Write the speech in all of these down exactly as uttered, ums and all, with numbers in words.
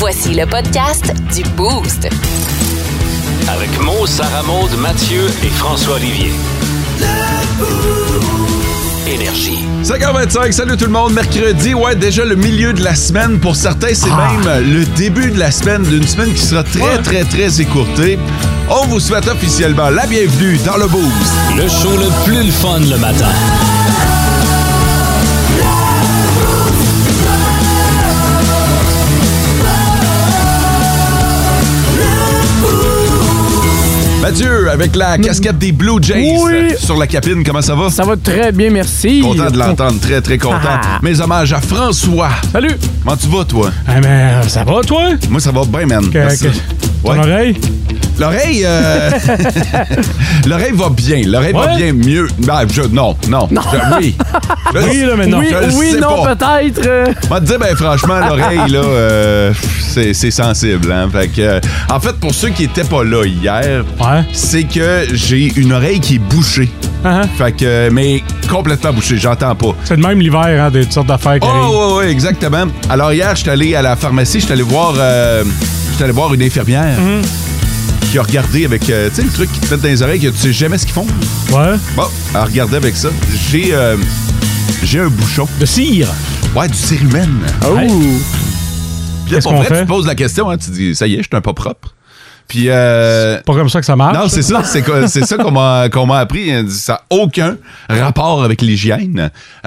Voici le podcast du Boost. Avec Mo, Sarah Maud, Mathieu et François Olivier. Énergie. cinq heures vingt-cinq, salut tout le monde. Mercredi, ouais, déjà le milieu de la semaine. Pour certains, c'est ah. même le début de la semaine, d'une semaine qui sera très, ouais. très, très écourtée. On vous souhaite officiellement la bienvenue dans le Boost. Le show le plus le fun le matin. Mathieu, avec la casquette des Blue Jays oui. sur la capine, comment ça va? Ça va très bien, merci. Content de l'entendre, très, très content. Ah. Mes hommages à François. Salut. Comment tu vas, toi? Ah, mais ça va, toi? Moi, ça va bien, man. Que, que... Ton ouais. oreille? L'oreille, euh... l'oreille va bien. L'oreille ouais. va bien mieux. Ben, je, non, non. non. Je, oui. Je, oui, là, mais non. Oui, je oui non, pas. peut-être. Moi, te dire, ben, franchement, l'oreille, là, euh, c'est, c'est sensible. Hein? Fait que, euh, en fait, pour ceux qui étaient pas là hier, ouais. c'est que j'ai une oreille qui est bouchée. Uh-huh. Fait que, mais complètement bouchée, j'entends pas. C'est le même l'hiver, hein, des sortes d'affaires qui arrivent. Oh, oui, oui, exactement. Alors, hier, j'étais allé à la pharmacie, j'étais allé voir, euh, j'étais allé voir une infirmière. Mm-hmm. Qui a regardé avec, euh, tu sais, le truc qui te met dans les oreilles, que tu sais jamais ce qu'ils font. Ouais. Bon, elle a regardé avec ça. J'ai, euh, j'ai un bouchon. De cire? Ouais, du cérumen. Oh! Ouais. Puis là, pour vrai, fait? tu te poses la question, hein, tu dis, ça y est, je suis un pas propre. Puis, euh... c'est pas comme ça que ça marche. Non, c'est ça. C'est, c'est ça qu'on m'a, qu'on m'a appris. Ça n'a aucun rapport avec l'hygiène.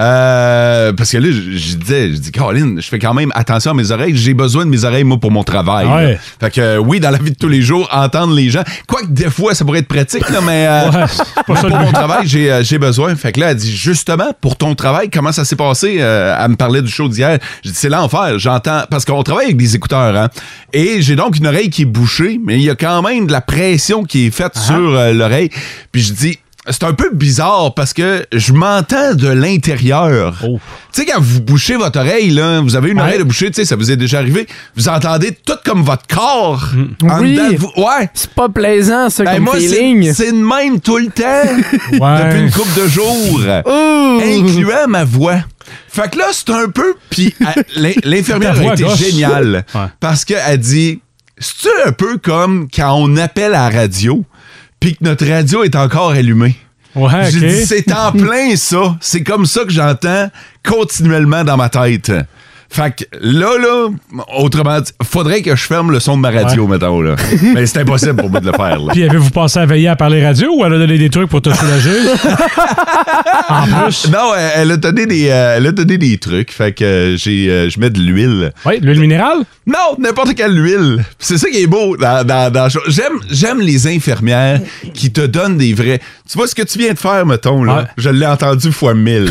Euh, parce que là, je, je disais, je dis, Caroline, je fais quand même attention à mes oreilles. J'ai besoin de mes oreilles, moi, pour mon travail. Ouais. Fait que, euh, oui, dans la vie de tous les jours, entendre les gens. Quoique, des fois, ça pourrait être pratique, là, mais, euh, ouais, mais pour mon travail, j'ai, euh, j'ai besoin. Fait que là, elle dit, justement, pour ton travail, comment ça s'est passé? Euh, elle me parlait du show d'hier. Je dis, c'est l'enfer. J'entends, parce qu'on travaille avec des écouteurs, hein. Et j'ai donc une oreille qui est bouchée, mais il y a quand même de la pression qui est faite uh-huh. sur euh, l'oreille. Puis je dis, c'est un peu bizarre parce que je m'entends de l'intérieur. Oh. Tu sais, quand vous bouchez votre oreille, là, vous avez une ouais. oreille de bouchée, tu sais, ça vous est déjà arrivé, vous entendez tout comme votre corps. Mm. En oui, dedans de vous. Ouais. C'est pas plaisant, ça, ben comme moi, feeling. C'est, c'est de même tout le temps, ouais. depuis une couple de jours, oh. incluant ma voix. Fait que là, c'est un peu... Puis l'infirmière a été géniale ouais. parce qu'elle dit... C'est-tu un peu comme quand on appelle à la radio puis que notre radio est encore allumée? Ouais, J'ai okay. dit, c'est en plein ça. C'est comme ça que j'entends continuellement dans ma tête. Fait que là, là, autrement dit, faudrait que je ferme le son de ma radio, ouais. mettons, là. Mais c'est impossible pour moi de le faire, là. Puis avez-vous pensé à veiller à parler radio ou elle a donné des trucs pour te soulager? En plus? Non, elle, elle, a donné des, euh, elle a donné des trucs. Fait que euh, j'ai, euh, je mets de l'huile. Oui, l'huile minérale? Non, n'importe quelle huile. C'est ça qui est beau dans, dans, dans j'aime, j'aime les infirmières qui te donnent des vrais... Tu vois ce que tu viens de faire, mettons, là? Ouais. Je l'ai entendu fois mille.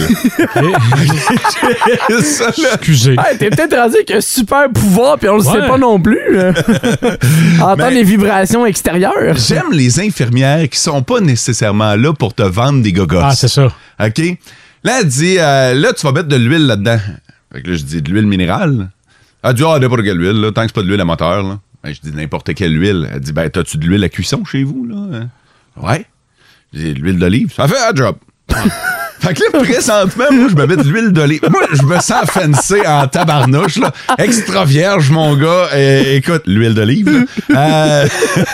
Ça, là. Excusez. Hey, t'es peut-être rendu avec un super pouvoir puis on le ouais. sait pas non plus. Entendre les vibrations extérieures. J'aime les infirmières qui sont pas nécessairement là pour te vendre des gogos. Ah, c'est ça. OK? Là, elle dit, euh, là, tu vas mettre de l'huile là-dedans. Fait que là, je dis, de l'huile minérale? Elle dit, ah, n'importe quelle huile, là, tant que c'est pas de l'huile à moteur, là. Ben, je dis, n'importe quelle huile. Elle dit, ben, t'as-tu de l'huile à cuisson chez vous, là? Ouais. Je dis, de l'huile d'olive. Ça fait un job. Fait que là, présentement, moi, je me mets de l'huile d'olive. Moi, je me sens fancy en tabarnouche, là. Extra vierge, mon gars. Et, écoute, l'huile d'olive, euh...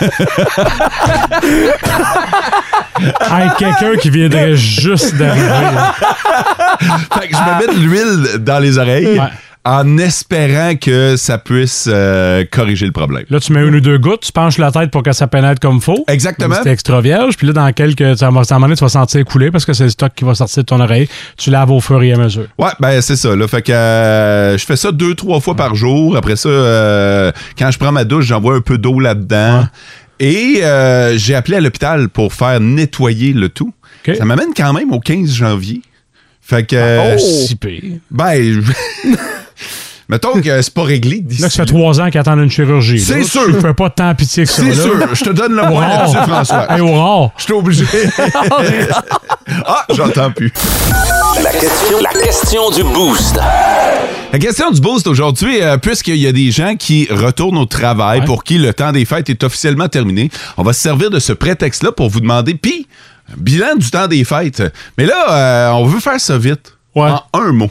hey, quelqu'un qui viendrait juste d'arriver. Fait que je me mets de l'huile dans les oreilles. Ouais. En espérant que ça puisse euh, corriger le problème. Là, tu mets une ou deux gouttes, tu penches la tête pour que ça pénètre comme faut. Exactement. C'est extra vierge. Puis là, dans quelques... Ça va, à un moment donné, tu vas sentir couler parce que c'est le stock qui va sortir de ton oreille. Tu laves au fur et à mesure. Ouais, ben c'est ça. Là. Fait que euh, je fais ça deux, trois fois par jour. Après ça, euh, quand je prends ma douche, j'envoie un peu d'eau là-dedans. Ouais. Et euh, j'ai appelé à l'hôpital pour faire nettoyer le tout. Okay. Ça m'amène quand même au quinze janvier. Fait que... Euh, oh! Si pire. Ben... Mettons que c'est pas réglé d'ici. Là, ça fait trois ans qu'ils attendent une chirurgie. C'est là. sûr. Tu fais pas tant pitié que ça. C'est là. sûr. Je te donne le point là-dessus, François. Hey, au rare. Je suis obligé. Ah, j'entends plus. La question, la question du boost. La question du boost aujourd'hui, euh, puisqu'il y a des gens qui retournent au travail, ouais. pour qui le temps des fêtes est officiellement terminé, on va se servir de ce prétexte-là pour vous demander, puis, bilan du temps des fêtes. Mais là, euh, on veut faire ça vite. Ouais. En un mot.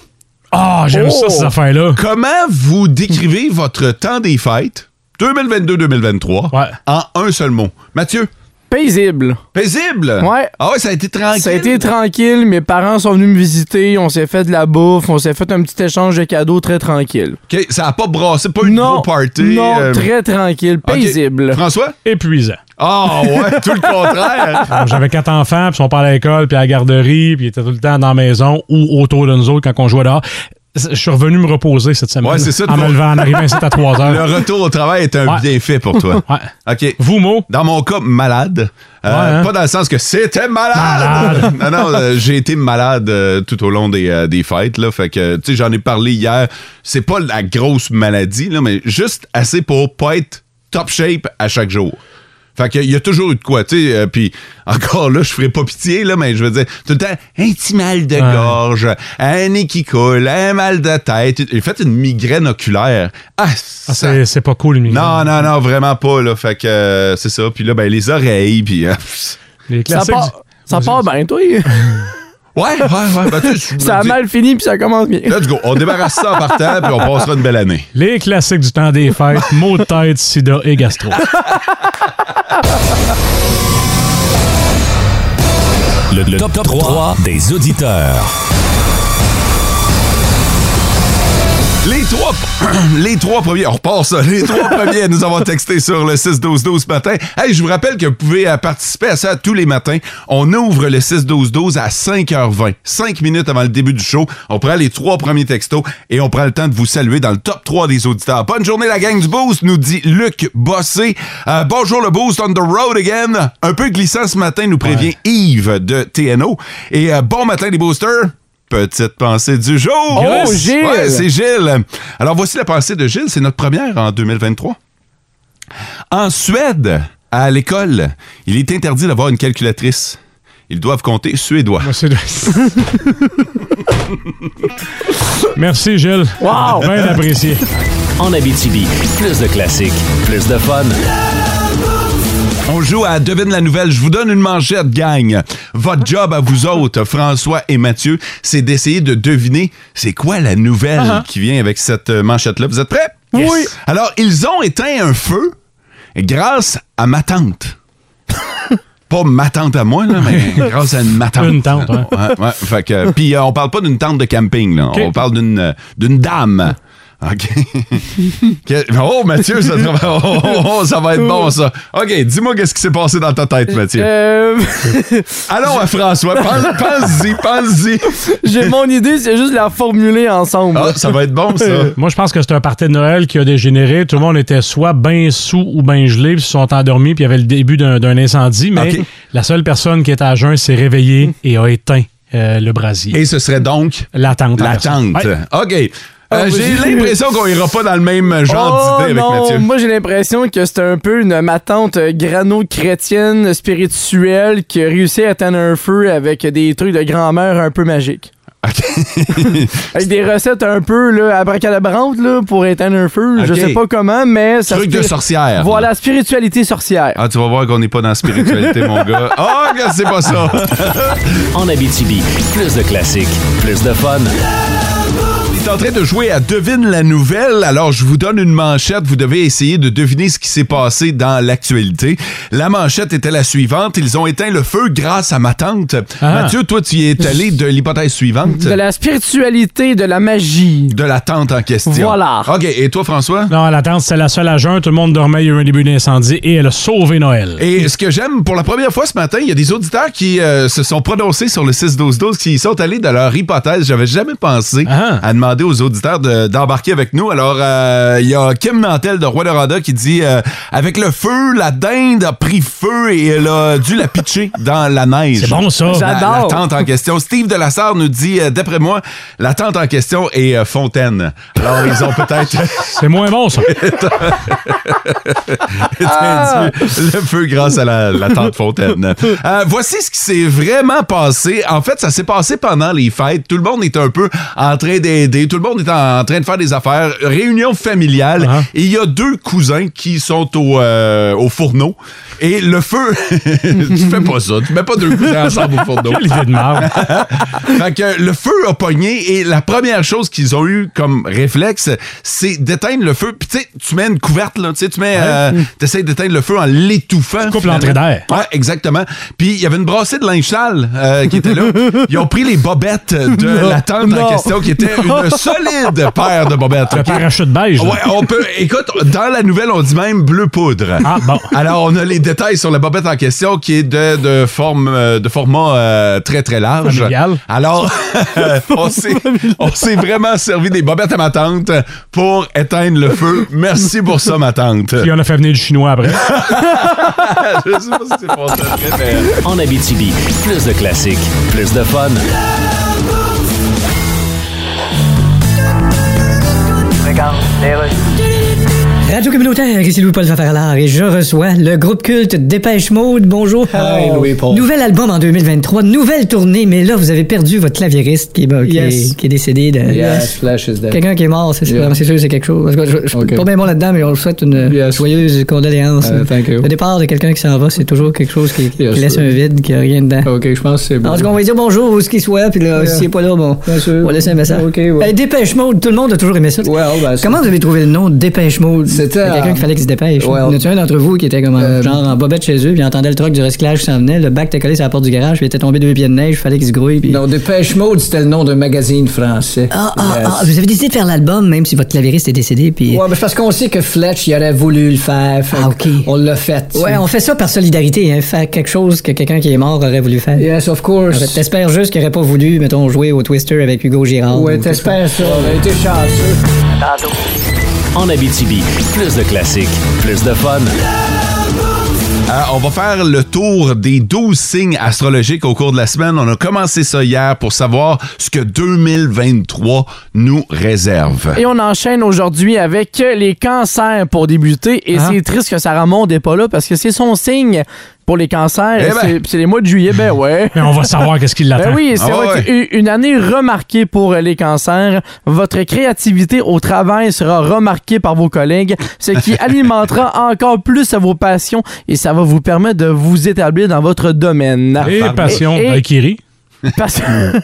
Ah, oh, j'aime Oh. ça, ces affaires-là. Comment vous décrivez votre temps des fêtes deux mille vingt-deux deux mille vingt-trois Ouais. en un seul mot? Mathieu? Paisible. Paisible? Ouais. Ah ouais, ça a été tranquille. Ça a été tranquille. Mes parents sont venus me visiter. On s'est fait de la bouffe. On s'est fait un petit échange de cadeaux très tranquille. OK, ça a pas brassé, pas eu de Non. gros party. Non, euh, très tranquille. OK. Paisible. François? Épuisant. Ah ouais, tout le contraire. Alors, j'avais quatre enfants, puis ils sont pas à l'école, puis à la garderie, puis ils étaient tout le temps dans la maison ou autour de nous autres quand on jouait dehors. Je suis revenu me reposer cette semaine. Ouais, c'est ça, En me toi. levant, en arrivant ici à trois heures. Le retour au travail est un Ouais. bienfait pour toi. Ouais. OK. Vous, Mo? Dans mon cas, malade. Euh, Ouais, hein? Pas dans le sens que c'était malade. Malade. non, non, euh, j'ai été malade euh, tout au long des, euh, des fêtes. Là, fait que, tu sais, j'en ai parlé hier. C'est pas la grosse maladie, là, mais juste assez pour pas être top shape à chaque jour. Fait qu'il y a toujours eu de quoi, tu sais. Euh, Puis encore là, je ferai pas pitié, là, mais je veux dire, tout le temps, un petit mal de Ouais. gorge, un nez qui coule, un mal de tête. J'ai fait une migraine oculaire. Ah, Ah, ça- c'est, c'est pas cool, une non, non, non, vraiment pas, là. Fait que euh, c'est ça. Puis là, ben, les oreilles, puis... euh, Les Ça classiques. part, ça part bien, toi. ouais, ouais, ouais. Ben, tu sais, je me Ça a dis, mal fini, puis ça commence bien. let's go. On débarrasse ça en partant, puis on passera une belle année. Les classiques du temps des fêtes, maux de tête, sida et gastro. Le, le top, trois des auditeurs. Les trois, les trois premiers, on repart ça, les trois premiers à nous avoir texté sur le six douze douze ce matin. Hey, je vous rappelle que vous pouvez euh, participer à ça tous les matins. On ouvre le six douze douze à cinq heures vingt, cinq minutes avant le début du show. On prend les trois premiers textos et on prend le temps de vous saluer dans le top trois des auditeurs. Bonne journée la gang du Boost, nous dit Luc Bossé. Euh, bonjour le Boost, on the road again. Un peu glissant ce matin, nous prévient Yves de T N O. Et euh, bon matin les boosters. Petite pensée du jour. Oh, Gilles! Ouais, c'est Gilles. Alors, voici la pensée de Gilles. C'est notre première en deux mille vingt-trois. En Suède, à l'école, il est interdit d'avoir une calculatrice. Ils doivent compter suédois. Moi, c'est de- Merci, Gilles. Wow! Bien apprécié. En Abitibi, plus de classiques, plus de fun. On joue à Devine la nouvelle. Je vous donne une manchette, gang. Votre job à vous autres, François et Mathieu, c'est d'essayer de deviner c'est quoi la nouvelle Uh-huh. qui vient avec cette euh, manchette-là. Vous êtes prêts? Yes. Oui. Alors, ils ont éteint un feu grâce à ma tante. Pas ma tante à moi, là, mais grâce à une ma tante. Une tante, ouais. Ouais, ouais. Fait que, puis euh, on parle pas d'une tente de camping, là. OK. On parle d'une euh, d'une dame. OK. Que- oh, Mathieu, ça, oh, oh, oh, ça va être bon, ça. OK, dis-moi qu'est-ce qui s'est passé dans ta tête, Mathieu. Euh, Allons à François. Pense- Pense-y, pense-y. J'ai mon idée, c'est juste la formuler ensemble. Ah, ça va être bon, ça. Moi, je pense que c'est un party de Noël qui a dégénéré. Tout le monde était soit bien sous ou bien gelé, puis ils se sont endormis, puis il y avait le début d'un, d'un incendie. Mais OK. la seule personne qui était à jeun s'est réveillée et a éteint euh, le brasier. Et ce serait donc La tante. la personne. tente. Ouais. OK. Euh, Oh, j'ai j'ai- l'impression qu'on ira pas dans le même genre Oh d'idée avec non, Mathieu. moi j'ai l'impression que c'est un peu une ma tante euh, grano-chrétienne spirituelle qui a réussi à éteindre un feu avec des trucs de grand-mère un peu magiques. OK. Avec des recettes un peu là, abracadabrantes là, pour éteindre un feu. Je Ok. sais pas comment, mais ça Truc de spiri- sorcière. Voilà, spiritualité sorcière. Ah, tu vas voir qu'on n'est pas dans la spiritualité, mon gars. Oh, que c'est pas ça. En Abitibi, plus de classiques, plus de fun. Il est en train de jouer à Devine la nouvelle. Alors, je vous donne une manchette. Vous devez essayer de deviner ce qui s'est passé dans l'actualité. La manchette était la suivante. Ils ont éteint le feu grâce à ma tante. Ah. Mathieu, toi, tu y es allé de l'hypothèse suivante. De la spiritualité, de la magie. De la tante en question. Voilà. OK. Et toi, François? Non, la tante, c'est la seule à jeun. Tout le monde dormait. Il y a eu un début d'incendie et elle a sauvé Noël. Et ce que j'aime, pour la première fois ce matin, il y a des auditeurs qui euh, se sont prononcés sur le six douze douze, qui sont allés dans leur hypothèse. J'avais jamais pensé Ah. à demander aux auditeurs de- d'embarquer avec nous. Alors, euh, il y a Kim Nantel de Roi-de-Rada qui dit euh, avec le feu, la dinde a pris feu et elle a dû la pitcher dans la neige. C'est bon, ça. La, J'adore. la tente en question. Steve Delassard nous dit, euh, d'après moi, la tente en question est euh, Fontaine. Alors, ils ont peut-être C'est moins bon, ça. Ah. éteint le feu grâce à la, la tante Fontaine. Euh, voici ce qui s'est vraiment passé. En fait, ça s'est passé pendant les fêtes. Tout le monde est un peu en train d'aider l'été, tout le monde est en, en train de faire des affaires, réunion familiale, uh-huh. et il y a deux cousins qui sont au, euh, au fourneau. Et le feu, tu fais pas ça, tu mets pas deux cousins ensemble au fourneau. L'idée de marde. Fait que le feu a pogné et la première chose qu'ils ont eu comme réflexe, c'est d'éteindre le feu. Puis tu sais, tu mets une couverte, là, tu sais, tu mets, euh, t'essayes d'éteindre le feu en l'étouffant. Tu coupes l'entrée d'air. Ouais, exactement. Puis il y avait une brassée de linge sale euh, qui était là. Ils ont pris les bobettes de non, la tente non. en question, qui était une solide paire de bobettes. Le okay? parachute beige. Ouais, on peut. Écoute, dans la nouvelle, on dit même bleu poudre. Ah bon. Alors on a les détails sur la bobette en question qui est de, de forme de format euh, très très large. Familial. Alors on s'est on s'est vraiment servi des bobettes à ma tante pour éteindre le feu. Merci pour ça, ma tante. Puis on a fait venir du chinois après. Je sais pas si c'est pour ça après, mais... En Abitibi, plus de classiques, plus de fun. Regarde, les rues. Radio communautaire, ici Louis-Paul Fafaralard et je reçois le groupe culte Dépêche Mode. Bonjour. Hi, Louis-Paul. Nouvel album en deux mille vingt-trois, nouvelle tournée, mais là, vous avez perdu votre claviériste qui, bah, qui, yes. est, qui est décédé. De, yes, Flash is dead. Quelqu'un qui est mort, c'est, yeah. c'est sûr, c'est quelque chose. Je, je, je okay. pas bien bon là-dedans, mais on lui souhaite une yes. joyeuse condoléance. Uh, thank you. Le départ de quelqu'un qui s'en va, c'est toujours quelque chose qui, qui, yes, qui laisse un vide, qui a rien dedans. OK, je pense que c'est bon. En tout cas, on va dire bonjour où ce qu'il soit, puis là, yeah. s'il n'est pas là, bon, on va laisser un message. Okay, well. hey, Dépêche Mode, tout le monde a toujours aimé ça. Well, ben, comment vous avez trouvé le nom Dépêche Mode? C'était quelqu'un um, qui fallait qu'il se dépêche. Well, y en a-tu un d'entre vous qui était comme euh, genre en bobette chez eux, puis il entendait le truck du recyclage qui s'en venait, le bac était collé sur la porte du garage, puis il était tombé deux pieds de neige, il fallait qu'il se grouille. Puis... Non, Dépêche Mode, c'était le nom d'un magazine français. Ah, ah, yes. ah, vous avez décidé de faire l'album, même si votre clavieriste est décédé, puis... Ouais, mais parce qu'on sait que Fletch, il aurait voulu le faire. Ah, OK. On l'a fait. Ouais, on fait ça par solidarité, hein, faire quelque chose que quelqu'un qui est mort aurait voulu faire. Yes, of course. En fait, t'espères juste qu'il aurait pas voulu, mettons, jouer au Twister avec Hugo Girard. Ouais, t'espères ça. On a été chanceux. Tantôt. En Abitibi, plus de classiques, plus de fun. Euh, on va faire le tour des douze signes astrologiques au cours de la semaine. On a commencé ça hier pour savoir ce que deux mille vingt-trois nous réserve. Et on enchaîne aujourd'hui avec les cancers pour débuter. Et hein? C'est triste que Sarah Maud n'est pas là parce que c'est son signe pour les cancers. Eh ben. c'est, c'est les mois de juillet, ben ouais. Mais on va savoir qu'est-ce qui l'attend. Ben oui, c'est ah vrai ouais. une année remarquée pour les cancers. Votre créativité au travail sera remarquée par vos collègues, ce qui alimentera encore plus vos passions et ça va vous permettre de vous établir dans votre domaine. Et passion, et, et, Akiri. Passion.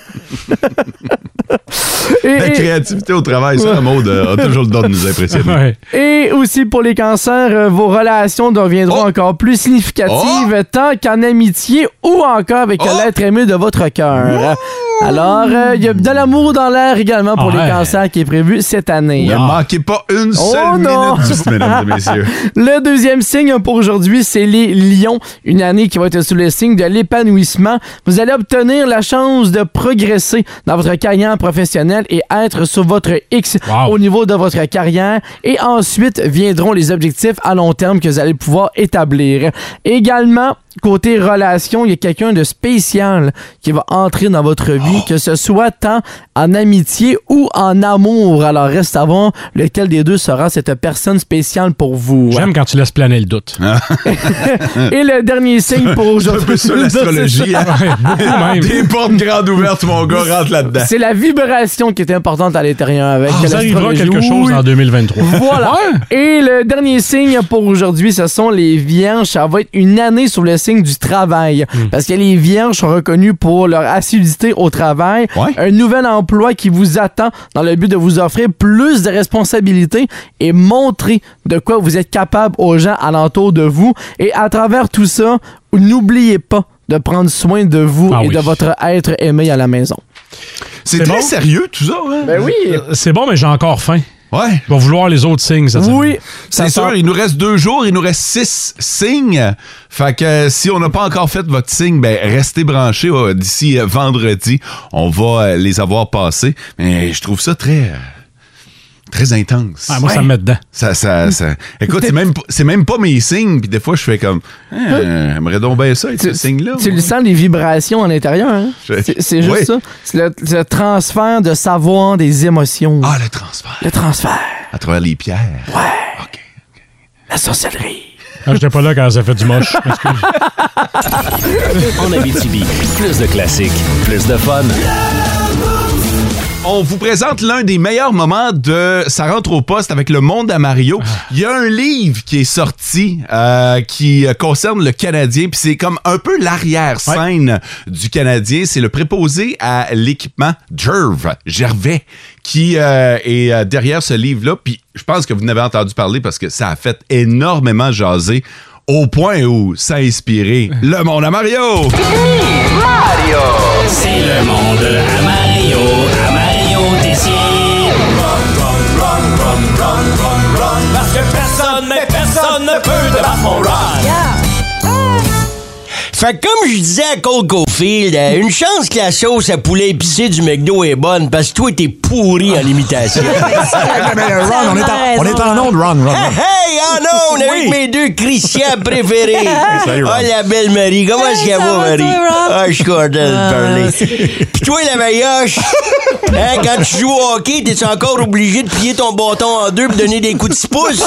Et, la créativité au travail, ça, la mode a toujours le don de nous impressionner. Ouais. Et aussi pour les cancers, euh, vos relations deviendront oh. encore plus significatives, oh. tant qu'en amitié ou encore avec oh. l'être aimé de votre cœur. Alors, il euh, y a de l'amour dans l'air également pour oh, les ouais. cancers qui est prévu cette année. Ne manquez pas une seule oh, minute juste, mesdames et messieurs. Le deuxième signe pour aujourd'hui, c'est les lions. Une année qui va être sous le signe de l'épanouissement. Vous allez obtenir la chance de progresser dans votre carrière professionnelle et être sur votre X wow. au niveau de votre carrière. Et ensuite viendront les objectifs à long terme que vous allez pouvoir établir. Également, côté relation, il y a quelqu'un de spécial qui va entrer dans votre vie, oh. que ce soit tant en amitié ou en amour. Alors, reste à voir lequel des deux sera cette personne spéciale pour vous. J'aime quand tu laisses planer le doute. Et le dernier signe pour aujourd'hui. C'est un peu ça, l'astrologie. Hein? Ouais, des portes grandes ouvertes, mon gars, rentre là-dedans. C'est la vibration qui est importante à l'intérieur avec oh, ça arrivera quelque chose oui. en deux mille vingt-trois. Voilà. Ouais. Et le dernier signe pour aujourd'hui, ce sont les vierges. Ça va être une année sur le signe du travail. Mmh. Parce que les vierges sont reconnus pour leur assiduité au travail. Ouais. Un nouvel emploi qui vous attend dans le but de vous offrir plus de responsabilités et montrer de quoi vous êtes capable aux gens alentour de vous. Et à travers tout ça, n'oubliez pas de prendre soin de vous ah et oui. de votre être aimé à la maison. C'est, c'est très bon? sérieux tout ça. Hein? Ben oui. C'est bon, mais j'ai encore faim. Ouais. Je vais vouloir les autres signes, ça. Oui. C'est sûr, il nous reste deux jours, il nous reste six signes. Fait que euh, si on n'a pas encore fait votre signe, ben restez branchés euh, d'ici euh, vendredi. On va euh, les avoir passés. Mais je trouve ça très... Euh, très intense. Ah, moi, ouais. ça me met dedans. Ça, ça, ça... Écoute, c'est même, c'est même pas mes signes. Puis des fois, je fais comme... Ah, j'aimerais donc bien ça, ce signe-là. Tu le sens, les vibrations à l'intérieur. Hein? Je... C'est, c'est juste oui. ça. C'est le, le transfert de savoir des émotions. Ah, le transfert. Le transfert. À travers les pierres. Ouais. OK. okay. La sorcellerie. Ah, j'étais pas là quand ça fait du moche. En Abitibi, plus de classiques, plus de fun. On vous présente l'un des meilleurs moments de Ça rentre au poste avec le monde à Mario. Il y a un livre qui est sorti euh, qui concerne le Canadien, puis c'est comme un peu l'arrière-scène ouais. du Canadien. C'est le préposé à l'équipement Gerv, Gervais, qui euh, est euh, derrière ce livre-là. Puis je pense que vous en avez entendu parler parce que ça a fait énormément jaser au point où ça a inspiré le monde à Mario. Mario! C'est le monde à Mario, à Mario Tessier. Run, run, run, run, run, run, run. Parce que personne, mais personne ne peut te battre mon run. Yeah. Fait que comme je disais à Cole Caulfield, euh, une chance que la sauce à poulet épicé du McDo est bonne, parce que toi, t'es pourri en imitation. Mais Ron, on est en, on est en onde, Ron, Ron. Hey, hey, en onde, avec mes deux Christians préférés. Salut, Ron. Oh, la belle Marie. Comment est-ce qu'elle va, Marie? Ah, je suis content de parler. Pis toi, la maillotche, hein, quand tu joues au hockey, t'es encore obligé de plier ton bâton en deux pour donner des coups de six pouces?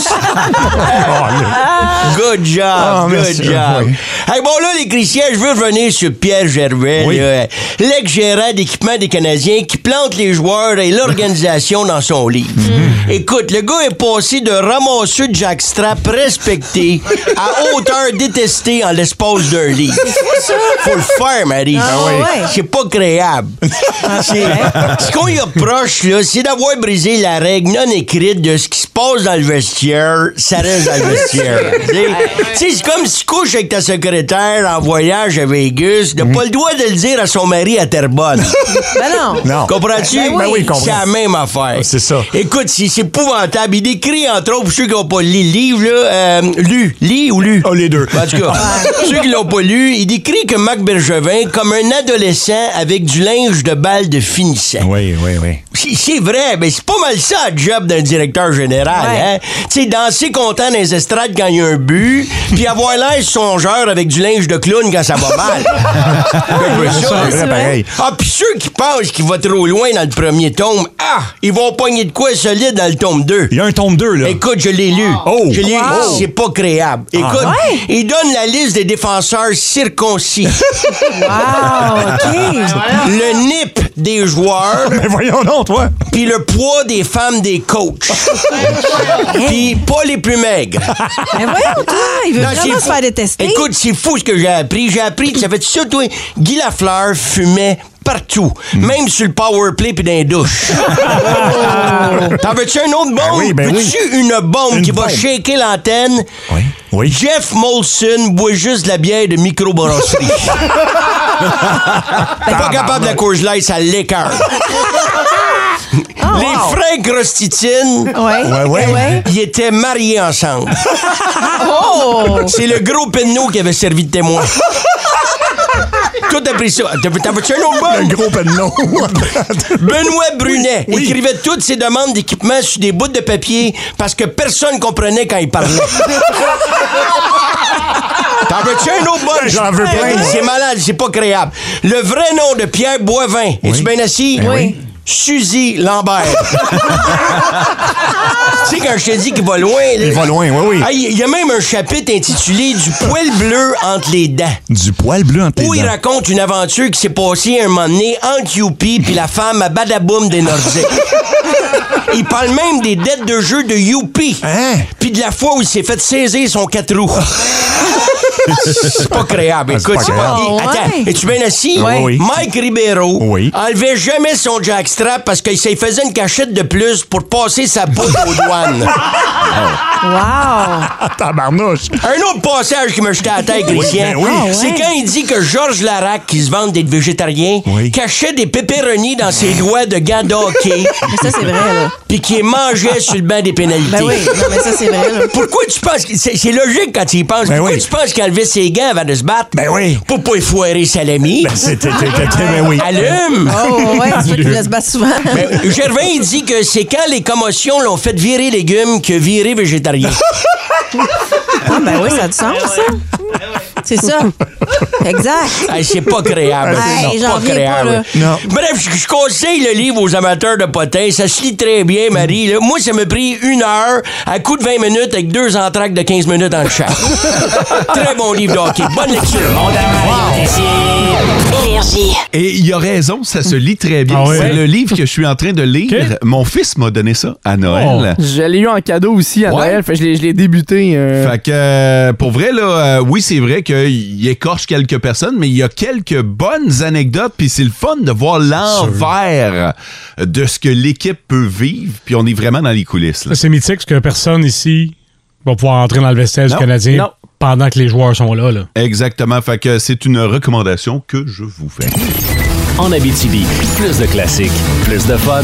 Good job, oh, good merci, job. oui. Hey, bon, là, les Christians, je veux revenir sur Pierre Gervais, oui. là, l'ex-gérant d'équipement des Canadiens qui plante les joueurs et l'organisation dans son livre. Mm-hmm. Écoute, le gars est passé de ramasseux de jackstrap respecté à auteur détesté en l'espace d'un livre. Faut le faire, Marie. Ah, oui. C'est pas créable. C'est, ce qu'on y approche, là, c'est d'avoir brisé la règle non écrite de ce qui se passe dans le vestiaire, ça reste dans le vestiaire. Tu sais, c'est comme si tu couches avec ta secrétaire en voyage à Vegas, de mm. pas le droit de le dire à son mari à Terrebonne. Ben non. Non. Comprends-tu? Ben oui, ben oui c'est la même affaire. Ah, c'est ça. Écoute, c'est, c'est épouvantable. Il décrit, entre autres, pour ceux qui n'ont pas lu le livre, là, euh, lu, lit ou lu? Oh, les deux. En tout cas, ceux qui l'ont pas lu, il décrit que Marc Bergevin comme un adolescent avec du linge de balle de finissant. Oui, oui, oui. C'est, c'est vrai, mais c'est pas mal ça, le job d'un directeur général. Ouais. Hein? Tu sais, danser content dans les estrades quand il y a un but, puis avoir l'air songeur avec du linge de clown quand ça va mal. C'est ça, c'est vrai, pareil. Ah, puis ceux qui pensent qu'il va trop loin dans le premier tome, ah, ils vont pogner de quoi solide dans le tome deux. Il y a un tome deux, là. Écoute, je l'ai lu. Oh! Je l'ai lu. Wow. C'est pas créable. Écoute, Ah, ouais? il donne la liste des défenseurs circoncis. Wow, OK. Le N I P des joueurs. Mais voyons donc, toi. Puis le poids des femmes des coachs. Puis pas les plus maigres. Mais voyons, toi, il veut Non, vraiment c'est se fou. faire détester. Écoute, c'est fou ce que j'ai appris. J'ai appris que ça fait ça, toi. Guy Lafleur fumait partout, mm. même sur le power play puis dans les douches. Oh. T'en veux-tu un autre bombe? Ben oui, ben Veux-tu oui. une bombe une qui bombe. va shaker l'antenne? Oui, oui. Jeff Molson boit juste de la bière de microbrasserie. Pas capable de la Coors Light, ça l'écœure. Oh, Les wow. frères Crostitine, Ouais. Ouais, ouais. ouais. ils étaient mariés ensemble. Oh! C'est le gros penneau qui avait servi de témoin. Tout a pris ça. T'en veux-tu un autre Un bon? gros penneau. Benoît Brunet Oui. écrivait toutes ses demandes d'équipement sur des bouts de papier parce que personne comprenait quand il parlait. T'en veux-tu un autre bon? J'en veux plein. C'est malade, c'est pas créable. Le vrai nom de Pierre Boivin. Es-tu bien assis? Ben oui. Suzy Lambert. Tu sais, quand je te dis qu'il va loin... Là, Il va loin, oui, oui. Ah, il y a même un chapitre intitulé « Du poil bleu entre les dents ». Du poil bleu entre les Où il dents. raconte une aventure qui s'est passée un moment donné entre Youpi puis la femme à Badaboum des Nordiques. Il parle même des dettes de jeu de Youpi. Hein? Puis de la fois où il s'est fait saisir son quatre roues. C'est pas créable. Ah, c'est Écoute, pas c'est pas... créable. Et- Attends, Ouais. es-tu bien assis? Oui. Oui. Mike Ribeiro Oui. enlevait jamais son jackstrap parce qu'il s'y faisait une cachette de plus pour passer sa poudre aux douanes. Wow! Tabarnouche. Un autre passage qui me jetait à la tête, Christian, ben oui. Ah, ouais. c'est quand il dit que Georges Larac, qui se vante d'être végétarien, Oui. cachait des pépéronis dans ses doigts de gants de hockey, Mais ça, c'est vrai, là. puis qu'il les mangeait sur le banc des pénalités. Ben oui, non, mais ça, c'est vrai, là. Pourquoi tu penses que... C'est, c'est logique quand tu y penses. Ben Pourquoi oui. tu penses qu'il enlevait ses gants avant de se battre? Ben oui. Pour pas effoirer salami. Ben, c'était, c'était, c'était, ben oui. Allume! Oh, ouais, c'est toi qui me laisse battre souvent. Ben, Gervais, il dit que c'est quand les commotions l'ont fait virer légumes que virer végétarien. Ah, ben oui, ça a du sens, ça. C'est ça. Exact. Hey, c'est pas créable. Hey, Non, j'en reviens pas, là. Non. Bref, je, je conseille le livre aux amateurs de potins. Ça se lit très bien, Marie. Là. Moi, ça m'a pris une heure à coup de vingt minutes avec deux entractes de quinze minutes en chaque. Très bon livre de hockey. Bonne lecture. Le monde à Mario Tessier. Énergie. Et il a raison, ça se lit très bien. Ah ouais? C'est le livre que je suis en train de lire. Okay. Mon fils m'a donné ça à Noël. Oh. Je l'ai eu en cadeau aussi à Ouais. Noël. Fait que je l'ai, je l'ai débuté. euh. Fait que, euh, pour vrai, là, euh, oui, c'est vrai qu'il écorche quelques personnes, mais il y a quelques bonnes anecdotes, puis c'est le fun de voir l'envers de ce que l'équipe peut vivre, puis on est vraiment dans les coulisses. Là. C'est mythique parce que personne ici va pouvoir entrer dans le vestiaire Non. du Canadien Non. pendant que les joueurs sont là. là. Exactement, fait que c'est une recommandation que je vous fais. En Abitibi, plus de classiques, plus de fun.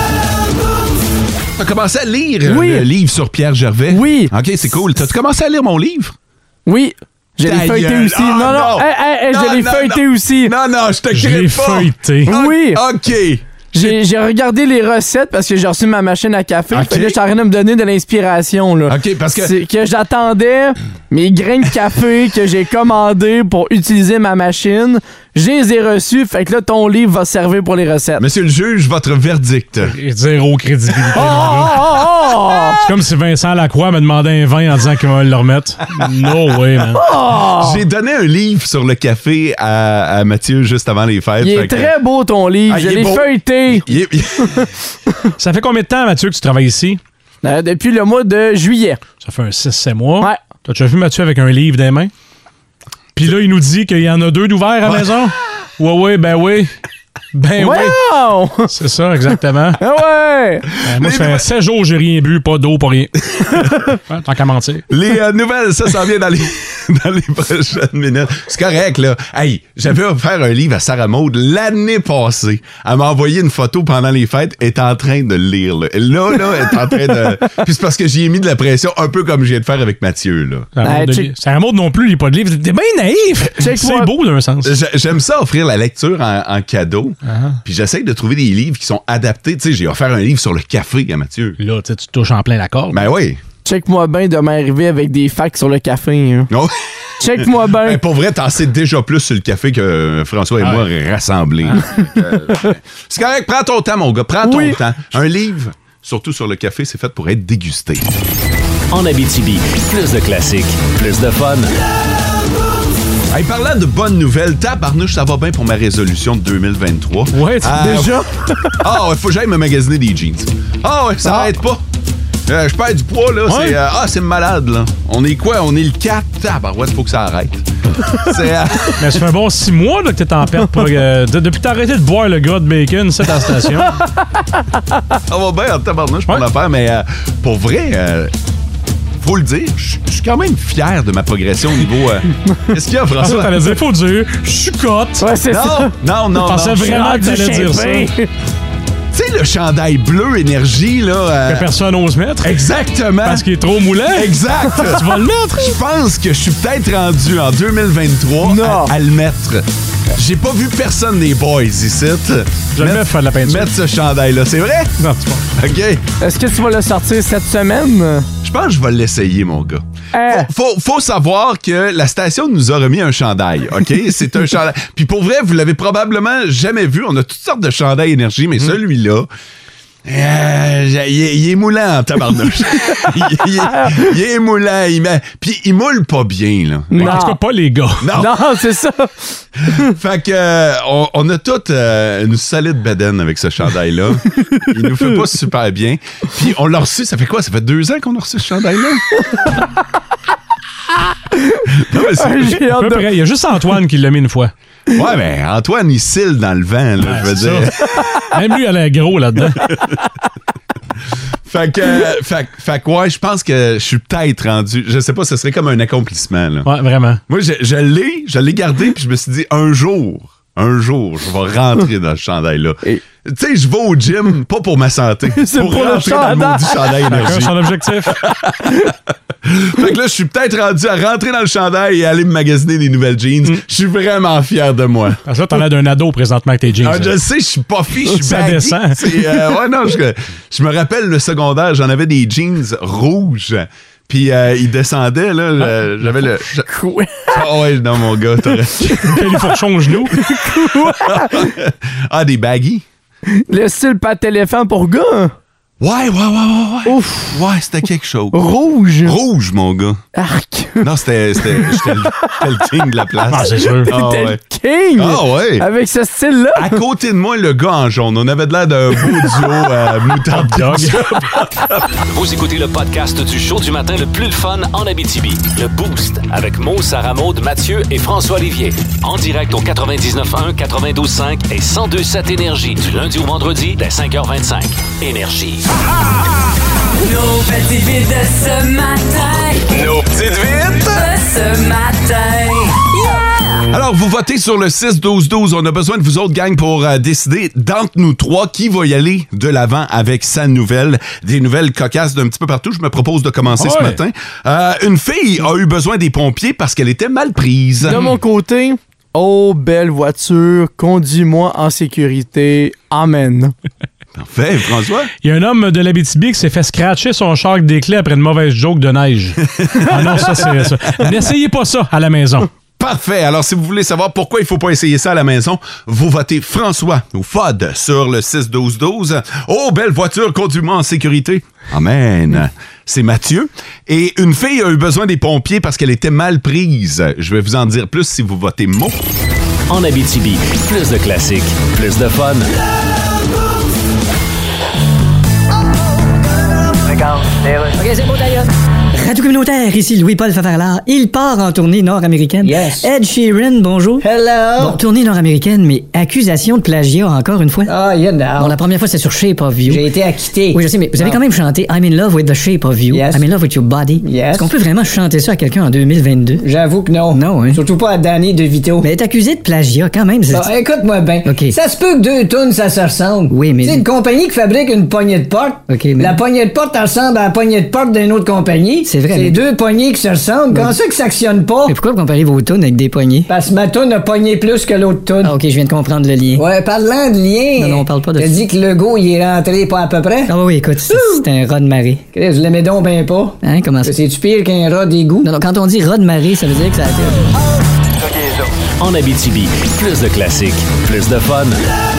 T'as commencé à lire Oui. le livre sur Pierre Gervais? Oui. OK, c'est cool. T'as-tu commencé à lire mon livre? Oui. Je Ta l'ai feuilleté gueule. aussi. Ah, non, non. non. Hey, hey, hey, Non, je l'ai non, feuilleté non. aussi. Non, non, je te Je crée l'ai pas. feuilleté. Oui. OK. J'ai, j'ai regardé les recettes parce que j'ai reçu ma machine à café. Ok. Fait que là, j'étais en train de me donner de l'inspiration. Là. OK, parce que... C'est que j'attendais mes grains de café que j'ai commandés pour utiliser ma machine. Je les ai reçus. Fait que là, ton livre va servir pour les recettes. Monsieur le juge, votre verdict. Zéro crédibilité. Oh, oh, oh, oh. C'est comme si Vincent Lacroix me demandait un vin en disant qu'il va le remettre. No way, man. Oh. J'ai donné un livre sur le café à, à Mathieu juste avant les fêtes. Il est fait que- très beau, ton livre. Ah, je il est l'ai beau. feuilleté Il est- Ça fait combien de temps, Mathieu, que tu travailles ici? euh, depuis le mois de juillet. Ça fait un six sept mois. Ouais. T'as déjà vu Mathieu avec un livre dans les mains? Puis là, il nous dit qu'il y en a deux d'ouverts à la Ouais. maison. Ouais, ouais, ben oui. Ben oui. Wow! C'est ça, exactement. Ah ouais! Euh, moi, ça fait sept jours que j'ai rien bu, pas d'eau, pas rien. Ouais, tant qu'à mentir. Les euh, nouvelles, ça s'en vient dans les, dans les prochaines minutes. C'est correct, là. Hey, j'avais offert un livre à Sarah Maud l'année passée. Elle m'a envoyé une photo pendant les fêtes. Elle est en train de le lire, là. Là, là, elle est en train de... Puis c'est parce que j'y ai mis de la pression, un peu comme je viens de faire avec Mathieu, là. Sarah Maud, Hey, de- check- Sarah Maud non plus, il n'y a pas de livre. T'es bien naïf. Check C'est moi. beau d'un sens. J'ai- J'aime ça offrir la lecture en, en cadeau. Ah. Puis j'essaie de trouver des livres qui sont adaptés. Tu sais, j'ai offert un livre sur le café à Mathieu. Là, tu sais, tu touches en plein la corde. Ben oui. Check-moi bien de m'arriver avec des facts sur le café. Hein. Oh. Check-moi bien. Ben, pour vrai, t'en sais déjà plus sur le café que François et Ah moi ouais. rassemblés. Euh, c'est correct, prends ton temps, mon gars, prends ton Oui. temps. Un livre, surtout sur le café, c'est fait pour être dégusté. En Abitibi, plus de classiques, plus de fun. Hey, parlant de bonnes nouvelles, tabarnouche, ça va bien pour ma résolution de deux mille vingt-trois. Ouais, tu- Euh, Déjà? Ah, il faut que j'aille me magasiner des jeans. Ah ouais, ça Ah. arrête pas. Euh, je perds du poids, là. Ouais. C'est, euh, ah, c'est malade, là. On est quoi? On est le quatre. Tabarouette, faut que ça arrête. c'est... euh, Mais ça fait un bon six mois là, que t'es en perte. Pour, euh, de- depuis que t'as arrêté de boire le gars de bacon, c'est à la station. Ça va bien en tabarnouche pour Ouais. l'affaire, mais euh, pour vrai, euh, faut le dire, je je suis quand même fier de ma progression au niveau... euh, Qu'est-ce qu'il y a, Ça, François? t'allais dire, faut dire, je suis cote. Ouais, c'est ça. Non, non, non, Je pensais non. vraiment que Du t'allais dire ça. chimpin. Tu sais, le chandail bleu énergie, là... euh, Que personne n'ose mettre. Exactement. Parce qu'il est trop moulant. Exact. Tu vas le mettre. Je pense que je suis peut-être rendu en deux mille vingt-trois Non. à, à le mettre. J'ai pas vu personne des boys ici. Je le mets pour faire de la peinture. Mettre ce chandail-là, c'est vrai? Non, tu vois. OK. Est-ce que tu vas le sortir cette semaine? Je pense que je vais l'essayer, mon gars. Euh, Faut, faut savoir que la station nous a remis un chandail, OK? C'est un chandail. Puis pour vrai, vous l'avez probablement jamais vu. On a toutes sortes de chandails énergie, mais celui-là... euh, il, est, il est moulant en tabarnouche. il, il est, il est moulant. Il met, puis il moule pas bien, là. non. En tout cas, pas les gars. Non. Non, c'est ça. Fait que euh, on, on a toute euh, une solide bedaine avec ce chandail-là. Il nous fait pas super bien. Puis on l'a reçu, ça fait quoi? Ça fait deux ans qu'on a reçu ce chandail-là? Non, mais c'est- J'ai À hâte peu de... près. Il y a juste Antoine qui l'a mis une fois. Ouais, mais Antoine, il cille dans le vent, là, Ouais, je veux c'est dire. ça. Même lui, il a l'air gros là-dedans. Fait que, euh, fait, fait que, ouais, je pense que je suis peut-être rendu. Je sais pas, ce serait comme un accomplissement, là. Ouais, vraiment. Moi, je, je l'ai, je l'ai gardé, puis je me suis dit, un jour, un jour, je vais rentrer dans ce chandail-là. Et- Tu sais, je vais au gym, pas pour ma santé, C'est pour pour le rentrer dans le chandail. maudit chandail Chacun énergie. son objectif. Fait que là, je suis peut-être rendu à rentrer dans le chandail et aller me magasiner des nouvelles jeans. Je suis vraiment fier de moi. Parce que là, t'en as d'un ado présentement avec tes jeans. Ah, là. je sais, je suis pas fiche, je suis Ça baggy. descend. C'est, euh, ouais, non, je, je me rappelle le secondaire, j'en avais des jeans rouges. Puis euh, ils descendaient, là. je- J'avais le. je- Quoi? Ah ouais, non, mon gars, t'aurais. Les fourchons aux genoux. Ah, des baggy? Le style pas de téléphone pour gars? Ouais, ouais, ouais, ouais, ouais. Ouf. Ouais, c'était quelque chose. Rouge. Rouge, mon gars. Arc. Non, c'était, c'était, j'étais le, j'étais le king de la place. Ah, c'est sûr. Ah, T'es ouais. le king. Ah, ouais. Avec ce style-là. À côté de moi, le gars en jaune. On avait de l'air d'un beau duo euh, moutarde dog. Vous écoutez le podcast du show du matin le plus le fun en Abitibi. Le Boost avec Mo, Sarah Maud, Mathieu et François Olivier. En direct au quatre-vingt-dix-neuf un, quatre-vingt-douze cinq et cent deux sept Énergie du lundi au vendredi dès cinq heures vingt-cinq. Énergie. Nos petites vites de ce matin. Nos petites vites de ce matin. Yeah! Alors, vous votez sur le six douze douze. On a besoin de vous autres, gang, pour euh, décider d'entre nous trois qui va y aller de l'avant avec sa nouvelle. Des nouvelles cocasses d'un petit peu partout. Je me propose de commencer Ouais. ce matin. Euh, une fille a eu besoin des pompiers parce qu'elle était mal prise. De mon côté, oh, belle voiture, conduis-moi en sécurité. Amen. Parfait, François. Il y a un homme de l'Abitibi qui s'est fait scratcher son char avec des clés après une mauvaise joke de neige. Ah non, ça, c'est ça. N'essayez pas ça à la maison. Parfait. Alors, si vous voulez savoir pourquoi il faut pas essayer ça à la maison, vous votez François ou F O D sur le six douze douze. Oh, belle voiture, conduis-moi en sécurité. Amen. C'est Mathieu. Et une fille a eu besoin des pompiers parce qu'elle était mal prise. Je vais vous en dire plus si vous votez Mo. En Abitibi, plus de classiques, plus de fun. OK, c'est beau d'ailleurs. Radio communautaire, ici Louis-Paul Favarlard. Il part en tournée nord-américaine. Yes. Ed Sheeran, bonjour. Hello. Bon, tournée nord-américaine, mais accusation de plagiat encore une fois. Ah, you know. Bon, la première fois, c'était sur Shape of You. J'ai été acquitté. Oui, je sais, mais vous avez Ah. quand même chanté I'm in love with the shape of you. Yes. I'm in love with your body. Yes. Est-ce qu'on peut vraiment chanter ça à quelqu'un en deux mille vingt-deux? J'avoue que non. Non, hein? Surtout pas à Danny DeVito. Mais être accusé de plagiat, quand même, c'est... Ah, écoute-moi bien. OK. Ça se peut que deux tonnes, ça se ressemble. Oui, mais- Tu sais, une compagnie qui fabrique une poignée de porte. OK, mais- La poignée de porte ressemble à la poignée de porte d'une autre compagnie. C'est vrai, C'est mais- deux poignées qui se ressemblent. Comment ça que ça actionne pas? Mais pourquoi vous comparez vos tunes avec des poignées? Parce que ma toune a pogné plus que l'autre toune. Ah, OK, je viens de comprendre le lien. Ouais, parlant de lien. Non, non, on parle pas de T'as ça. dit que le go, il est rentré pas à peu près? Ah oui, oui, écoute, c'est c'est un rat de marée. Chris, je l'aimais donc ben pas. Hein, comment ça? C'est-tu pire qu'un rat d'égout? Non, non, quand on dit rat de marée, ça veut dire que ça a été... En Abitibi, plus de classiques, plus de fun.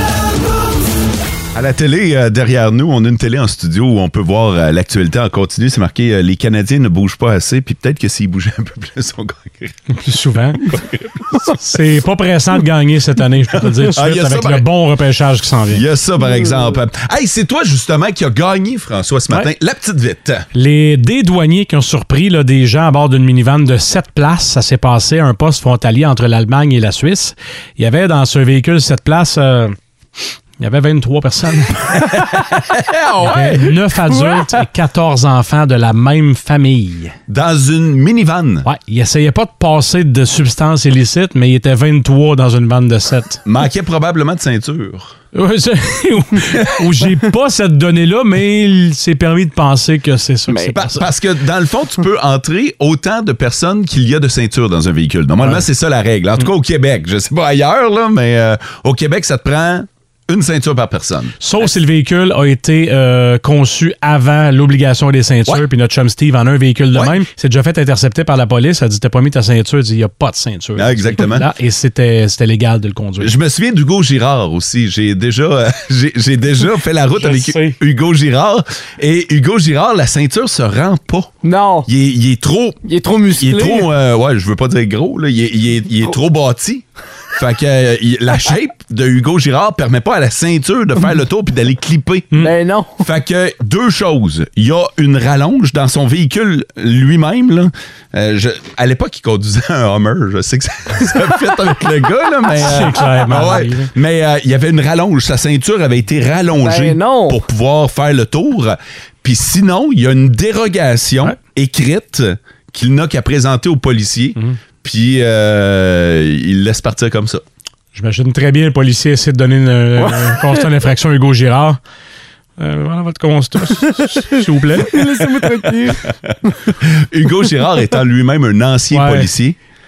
À la télé, euh, derrière nous, on a une télé en studio où on peut voir euh, l'actualité en continu. C'est marqué euh, les Canadiens ne bougent pas assez. Puis peut-être que s'ils bougeaient un peu plus, on gagnerait. Plus souvent. C'est pas pressant de gagner cette année, je peux te le dire tout de Ah, suite, y a ça, avec par- le bon repêchage qui s'en Il vient. y a ça, par exemple. Hey, c'est toi, justement, qui a gagné, François, ce matin. Ouais. La petite vite. Les dédouaniers qui ont surpris là, des gens à bord d'une minivan de sept places, ça s'est passé à un poste frontalier entre l'Allemagne et la Suisse. Il y avait dans ce véhicule sept places... euh, il y avait vingt-trois personnes. Il y avait neuf adultes et quatorze enfants de la même famille. Dans une minivan. Ouais, ils essayaient pas de passer de substances illicites, mais ils étaient vingt-trois dans une bande de sept. Manquait probablement de ceinture. Ouais, c'est- ou j'ai pas cette donnée-là, mais il s'est permis de penser que c'est ça. que c'est Pa- pas ça. parce que, dans le fond, tu peux entrer autant de personnes qu'il y a de ceintures dans un véhicule. Normalement, Ouais. c'est ça la règle. En tout cas, au Québec. Je sais pas ailleurs, là, mais euh, au Québec, ça te prend une ceinture par personne. Sauf si le véhicule a été euh, conçu avant l'obligation des ceintures, Ouais. puis notre chum Steve en a un véhicule de Ouais. même. C'est déjà fait intercepter par la police. Elle dit t'as pas mis ta ceinture. Elle dit il n'y a pas de ceinture. Ah, exactement. Là, et c'était c'était légal de le conduire. Je me souviens d'Hugo Girard aussi. J'ai déjà, euh, j'ai, j'ai déjà fait la route Je avec sais. Hugo Girard. Et Hugo Girard, la ceinture se rend pas. Non. Il est, il est trop... Il est trop musclé. Il est trop... euh, ouais, je veux pas dire gros. Là. Il, est, il, est, il est trop bâti. Fait que euh, il- la shape de Hugo Girard permet pas à la ceinture de faire le tour puis d'aller clipper. Ben non. Fait que deux choses. Il y a une rallonge dans son véhicule lui-même. Là. Euh, je- à l'époque, il conduisait un Hummer. Je sais que ça, ça fait avec le gars, là, mais... C'est clairement ah ouais. arrivé. Mais euh, il y avait une rallonge. Sa ceinture avait été rallongée Ben non. pour pouvoir faire le tour. Puis sinon, il y a une dérogation Ouais. écrite qu'il n'a qu'à présenter aux policiers. Puis euh, il laisse partir comme ça. J'imagine très bien le policier essaie de donner une, un constat d'infraction à Hugo Girard. Euh, voilà votre constat, s'il vous plaît. Laissez-moi tranquille. Hugo Girard étant lui-même un ancien Ouais. policier.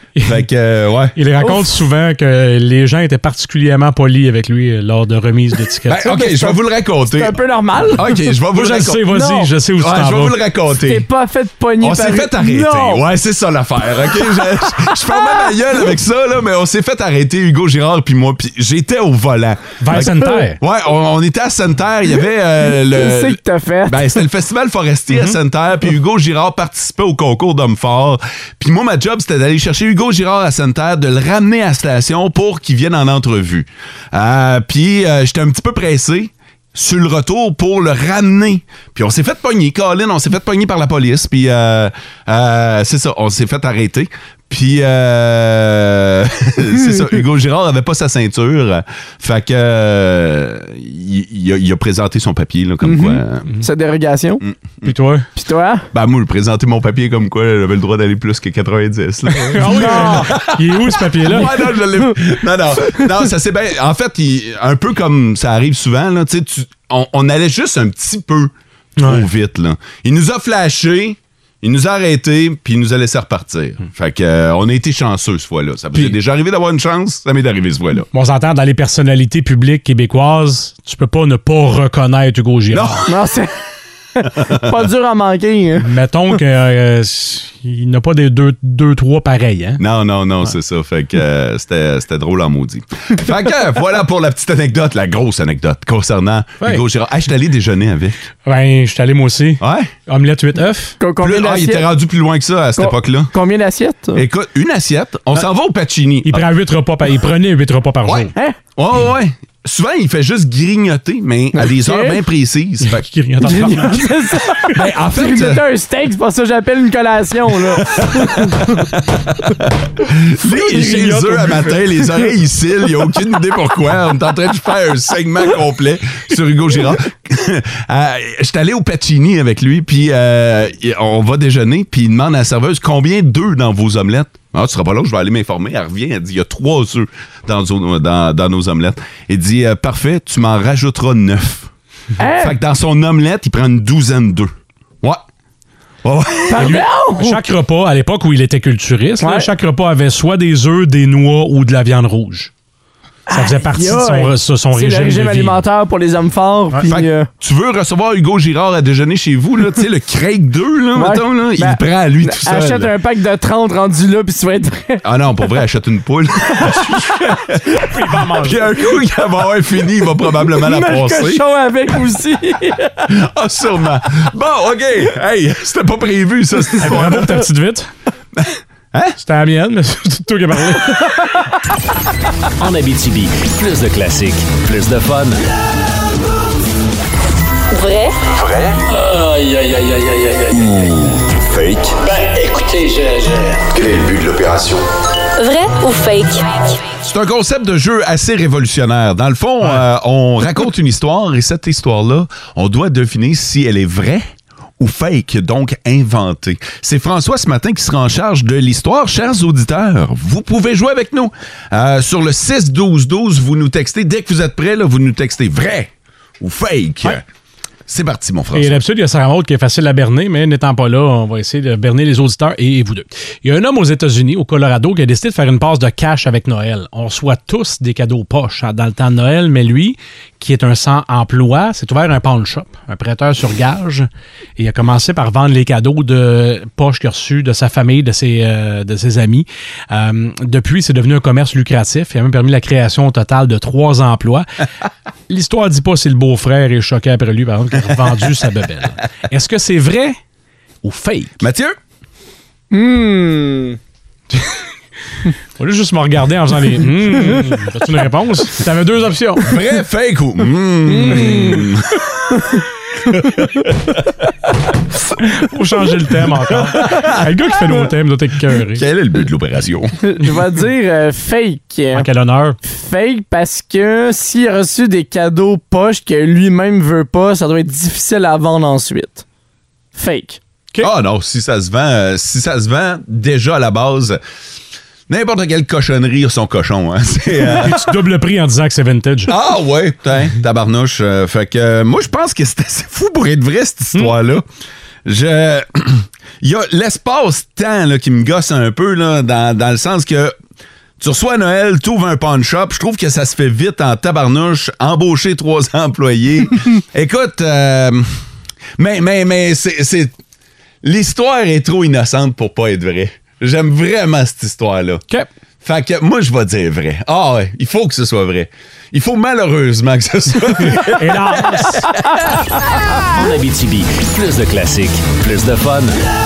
Fait que, euh, ouais. Il raconte Ouf. souvent que les gens étaient particulièrement polis avec lui euh, lors de remise d'étiquettes. Ben, OK, je vais vous le raconter. C'est un peu normal. OK, je vais vous Moi, le je le raconter. sais, vas-y, Non. je sais où tu Ouais, t'en je vais vas. vous le raconter. T'es pas fait pogner On par... s'est fait arrêter. Non. Ouais, c'est ça l'affaire, OK? Je, je, je ferme ma gueule avec ça, là, mais on s'est fait arrêter, Hugo Girard puis moi, puis j'étais au volant. Vers Sainte-Terre. Ouais, on, on était à Sainte-Terre, il y avait euh, Qu'est-ce le... que t'as fait? Ben, c'était le festival forestier à Sainte-Terre, puis Hugo Girard participait au concours d'hommes forts. Puis moi, ma job, c'était d'aller chercher Hugo Girard à Sainte-Terre, de le ramener à la station pour qu'il vienne en entrevue. Euh, puis euh, j'étais un petit peu pressé sur le retour pour le ramener. Puis on s'est fait pogner, Colin, on s'est fait pogner par la police. Puis euh, euh, c'est ça, on s'est fait arrêter. Puis euh, c'est ça, Hugo Girard avait pas sa ceinture. Fait que euh, il, il a, il a présenté son papier là, comme Mm-hmm. quoi. Sa dérogation. Mm. Puis toi? Puis toi? Ben moi, il présenté mon papier comme quoi j'avais le droit d'aller plus que quatre-vingt-dix. Là. Ah oui, il est où ce papier-là? Ouais, non, je l'ai. Non, non. Non, ça c'est bien. En fait, il- un peu comme ça arrive souvent, là, tu sais, tu- on, on allait juste un petit peu trop Ouais. vite. Là. Il nous a flashé. Il nous a arrêtés, puis il nous a laissé repartir. Fait que, euh, on a été chanceux ce fois-là. Ça m'est déjà arrivé d'avoir une chance, ça m'est arrivé ce fois-là. Bon, on s'entend, dans les personnalités publiques québécoises, tu peux pas ne pas reconnaître Hugo Girard. Non, c'est... pas dur à manquer. Hein. Mettons que euh, il n'a pas des deux, deux trois pareils, hein? Non, non, non, c'est ça. Fait que euh, c'était, c'était drôle en maudit. Fait que, voilà pour la petite anecdote, la grosse anecdote concernant Ouais. Hugo Girard. Ah, je suis allé déjeuner avec. Ben, je suis allé moi aussi. Ouais? Omelette huit œufs. Co- Plus- Combien ah, il d'assiettes? était rendu plus loin que ça à cette Co- époque-là. Combien d'assiettes? Écoute, une assiette, on s'en va au Pacini. Il prend huit repas par, il prenait huit repas par Ouais. jour. Hein? Ouais, ouais. Souvent, il fait juste grignoter, mais à des Ok. heures bien précises. Fait que- Qui grignote en tabarnak. C'est ça. ben, en fait, J'ai euh, un steak, c'est pas ça que j'appelle une collation, là. lui, il est chez grignote eux au à buffet. matin, les oreilles, il cille, il a aucune idée pourquoi. On est en train de faire un segment complet sur Hugo Girard. euh, J'étais allé au Pacini avec lui, puis euh, on va déjeuner, puis il demande à la serveuse combien d'œufs dans vos omelettes. Ah, tu seras pas là, je vais aller m'informer. Elle revient, elle dit il y a trois œufs dans, nos- dans, dans nos omelettes. Il dit euh, parfait, tu m'en rajouteras neuf. Hein? Fait que dans son omelette, il prend une douzaine d'œufs. Ouais. Ouais, ouais. Pardon? Chaque repas, à l'époque où il était culturiste, là, Ouais. chaque repas avait soit des œufs, des noix ou de la viande rouge. Ça faisait partie de son, Aïe. son, son C'est régime, le régime de vie. alimentaire pour les hommes forts. Puis, Fait que euh, tu veux recevoir Hugo Girard à déjeuner chez vous, là, tu sais, le Craig deux, là, ouais. mettons, là, il Ben, le prend à lui tout seul. achète là. un pack de trente rendu là, puis tu vas être... Ah non, pour vrai, achète une poule. Il va en manger. Puis un coup, il va avoir fini, il va probablement la Mets le passer. cochon avec aussi. Ah, sûrement. Bon, OK. Hey, c'était pas prévu, ça, cette Eh, histoire. bravo pour ta petite vite. Hein? C'était la mienne, mais c'est toi qui as parlé. En Abitibi, plus de classiques, plus de fun. Vrai? Vrai? Aïe, aïe, aïe, aïe, aïe, aïe, aïe. Fake? Ben, écoutez, je... je... Quel est le but de l'opération? Vrai ou fake? C'est un concept de jeu assez révolutionnaire. Dans le fond, euh, on raconte une histoire et cette histoire-là, on doit deviner si elle est vraie ou fake, donc inventée. C'est François ce matin qui sera en charge de l'histoire. Chers auditeurs, vous pouvez jouer avec nous. Euh, sur le six douze douze, vous nous textez. Dès que vous êtes prêts, là, vous nous textez vrai ou fake. Ouais. C'est parti, mon François. Et d'habitude, il y a Sarah Maud qui est facile à berner, mais n'étant pas là, on va essayer de berner les auditeurs et vous deux. Il y a un homme aux États-Unis, au Colorado, qui a décidé de faire une passe de cash avec Noël. On reçoit tous des cadeaux poches hein, dans le temps de Noël, mais lui, qui est un sans-emploi, s'est ouvert un pawn shop, un prêteur sur gage, et il a commencé par vendre les cadeaux de poches qu'il a reçus de sa famille, de ses, euh, de ses amis. Euh, depuis, c'est devenu un commerce lucratif. Il a même permis la création au total de trois emplois. L'histoire dit pas si le beau-frère est choqué après lui, par exemple, qu'il a vendu sa bebelle. Est-ce que c'est vrai ou fake? Mathieu? Hmm. Hmm. Au lieu de juste me regarder en faisant les hmm, as-tu une réponse? T'avais deux options. Vrai, fake ou... Hmm. Faut changer le thème encore. Le gars qui fait nos thèmes doit être écœuré. Quel est le but de l'opération? Je vais dire euh, fake. En quel honneur? Fake parce que s'il a reçu des cadeaux poches que lui-même veut pas, ça doit être difficile à vendre ensuite. Fake. Ah non, si ça se vend, euh, si ça se vend déjà à la base, n'importe quelle cochonnerie a son cochon. Hein. C'est, euh... Puis tu doubles le prix en disant que c'est vintage. Ah ouais, putain, tabarnouche. Euh, fait que euh, moi, je pense que c'est assez fou pour être vrai, cette histoire-là. Je... il y a l'espace-temps là, qui me gosse un peu là, dans, dans le sens que tu reçois à Noël, tu ouvres un pawn shop. Je trouve que ça se fait vite en tabarnouche. Embaucher trois employés. Écoute, euh, mais, mais, mais c'est, c'est... l'histoire est trop innocente pour pas être vraie. J'aime vraiment cette histoire-là. OK. Fait que moi, je vais dire vrai. Ah ouais, il faut que ce soit vrai. Il faut malheureusement que ce soit vrai. Hélas! En Abitibi, plus de classiques, plus de fun.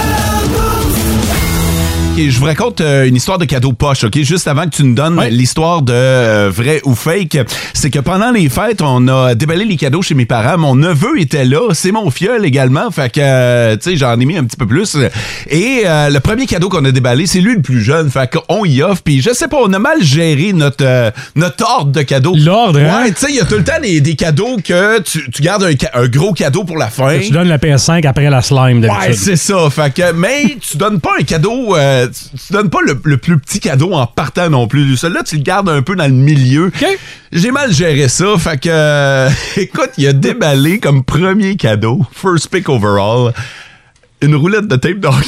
Okay, je vous raconte euh, une histoire de cadeau poche, OK? Juste avant que tu nous donnes ouais. l'histoire de euh, vrai ou fake, c'est que pendant les fêtes, on a déballé les cadeaux chez mes parents. Mon neveu était là, c'est mon filleul également, fait que, euh, tu sais, j'en ai mis un petit peu plus. Et euh, le premier cadeau qu'on a déballé, c'est lui le plus jeune, fait qu'on y offre, puis je sais pas, on a mal géré notre, euh, notre ordre de cadeaux. L'ordre, hein? Ouais, tu sais, il y a tout le temps des, des cadeaux que tu, tu gardes un, un gros cadeau pour la fin. Tu donnes la P S cinq après la slime, d'habitude. Ouais, c'est ça, fait que, mais tu donnes pas un cadeau... Euh, Tu, tu donnes pas le, le plus petit cadeau en partant non plus. Celui-là, tu le gardes un peu dans le milieu. Okay. J'ai mal géré ça. Fait que, euh, écoute, il a déballé comme premier cadeau, first pick overall, une roulette de tape d'hockey.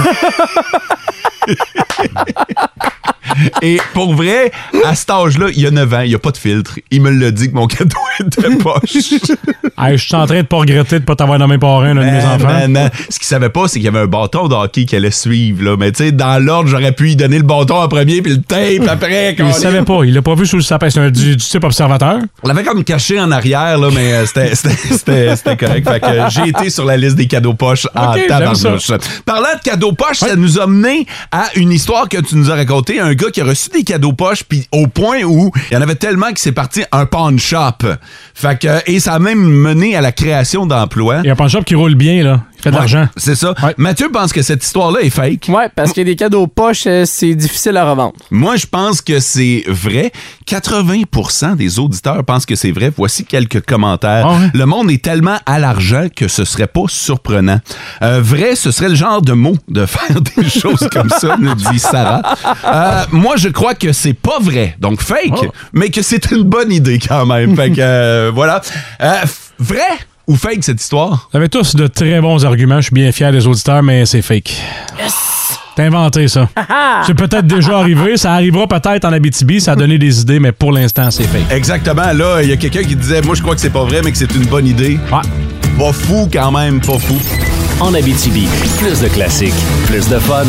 Et pour vrai, à cet âge-là, il y a neuf ans, il n'y a pas de filtre. Il me l'a dit que mon cadeau était poche. Hey, je suis en train de pas regretter de pas t'avoir nommé parrain d'un de mes enfants. Non, non. Ce qu'il savait pas, c'est qu'il y avait un bâton de hockey qui allait suivre. Là. Mais tu sais, dans l'ordre, j'aurais pu lui donner le bâton en premier puis le tape après. Il savait pas. Il l'a pas vu sous le sapin. C'est un du, du type observateur. On l'avait comme caché en arrière, là, mais euh, c'était, c'était, c'était, c'était correct. Fait que euh, j'ai été sur la liste des cadeaux poches en okay, tabarnouche. Parlant de cadeaux poches, ouais. ça nous a mené à une histoire que tu nous as racontée. Un gars qui a reçu des cadeaux poches, puis au point où il y en avait tellement que c'est parti un pawn shop. Fait que, et ça a même mené à la création d'emplois. Il y a un pawn shop qui roule bien, là. Il fait de ouais, l'argent. C'est ça. Ouais. Mathieu pense que cette histoire-là est fake. Ouais, parce que des cadeaux poches, euh, c'est difficile à revendre. Moi, je pense que c'est vrai. quatre-vingts pour cent des auditeurs pensent que c'est vrai. Voici quelques commentaires. Oh, ouais. Le monde est tellement à l'argent que ce serait pas surprenant. Euh, vrai, ce serait le genre de mot de faire des choses comme ça, nous dit Sarah. Euh, moi, je crois que c'est pas vrai, donc fake, oh. mais que c'est une bonne idée quand même. Fait que, euh, voilà. Euh, vrai ou fake, cette histoire? Vous avez tous de très bons arguments. Je suis bien fier des auditeurs, mais c'est fake. Yes! T'as inventé ça. C'est peut-être déjà arrivé. Ça arrivera peut-être en Abitibi. Ça a donné des idées, mais pour l'instant, c'est fake. Exactement. Là, il y a quelqu'un qui disait, moi, je crois que c'est pas vrai, mais que c'est une bonne idée. Ouais. Pas fou quand même, pas fou. En Abitibi, plus de classiques, plus de fun.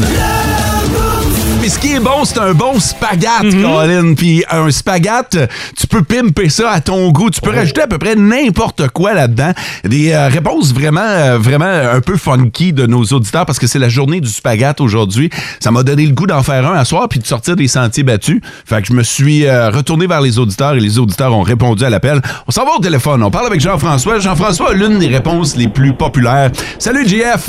Puis ce qui est bon, c'est un bon spaghette, mm-hmm. Colin. Puis un spaghette, tu peux pimper ça à ton goût. Tu peux oh. rajouter à peu près n'importe quoi là-dedans. Des euh, réponses vraiment, euh, vraiment un peu funky de nos auditeurs parce que c'est la journée du spaghette aujourd'hui. Ça m'a donné le goût d'en faire un à soir puis de sortir des sentiers battus. Fait que je me suis euh, retourné vers les auditeurs et les auditeurs ont répondu à l'appel. On s'en va au téléphone. On parle avec Jean-François. Jean-François a l'une des réponses les plus populaires. Salut, J F!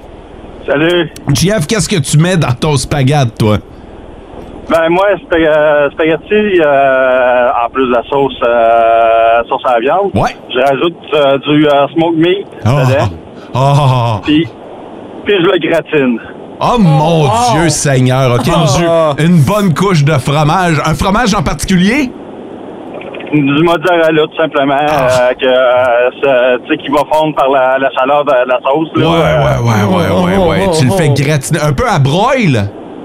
Salut. J F, qu'est-ce que tu mets dans ton spaghette, toi? Ben, moi, spag- euh, spaghetti, euh, en plus de la sauce, euh, sauce à la viande. Ouais. Je rajoute euh, du euh, smoked meat oh. dedans. Oh. Puis, puis je le gratine. Oh mon oh. Dieu Seigneur, OK, oh. une bonne couche de fromage. Un fromage en particulier? Du mozzarella, tout simplement, ah. euh, que, euh, tu sais, qui va fondre par la, la chaleur de la sauce. Là, ouais, euh, ouais, ouais, ouais, ouais, ouais. Oh, tu le fais gratiner un peu à broil?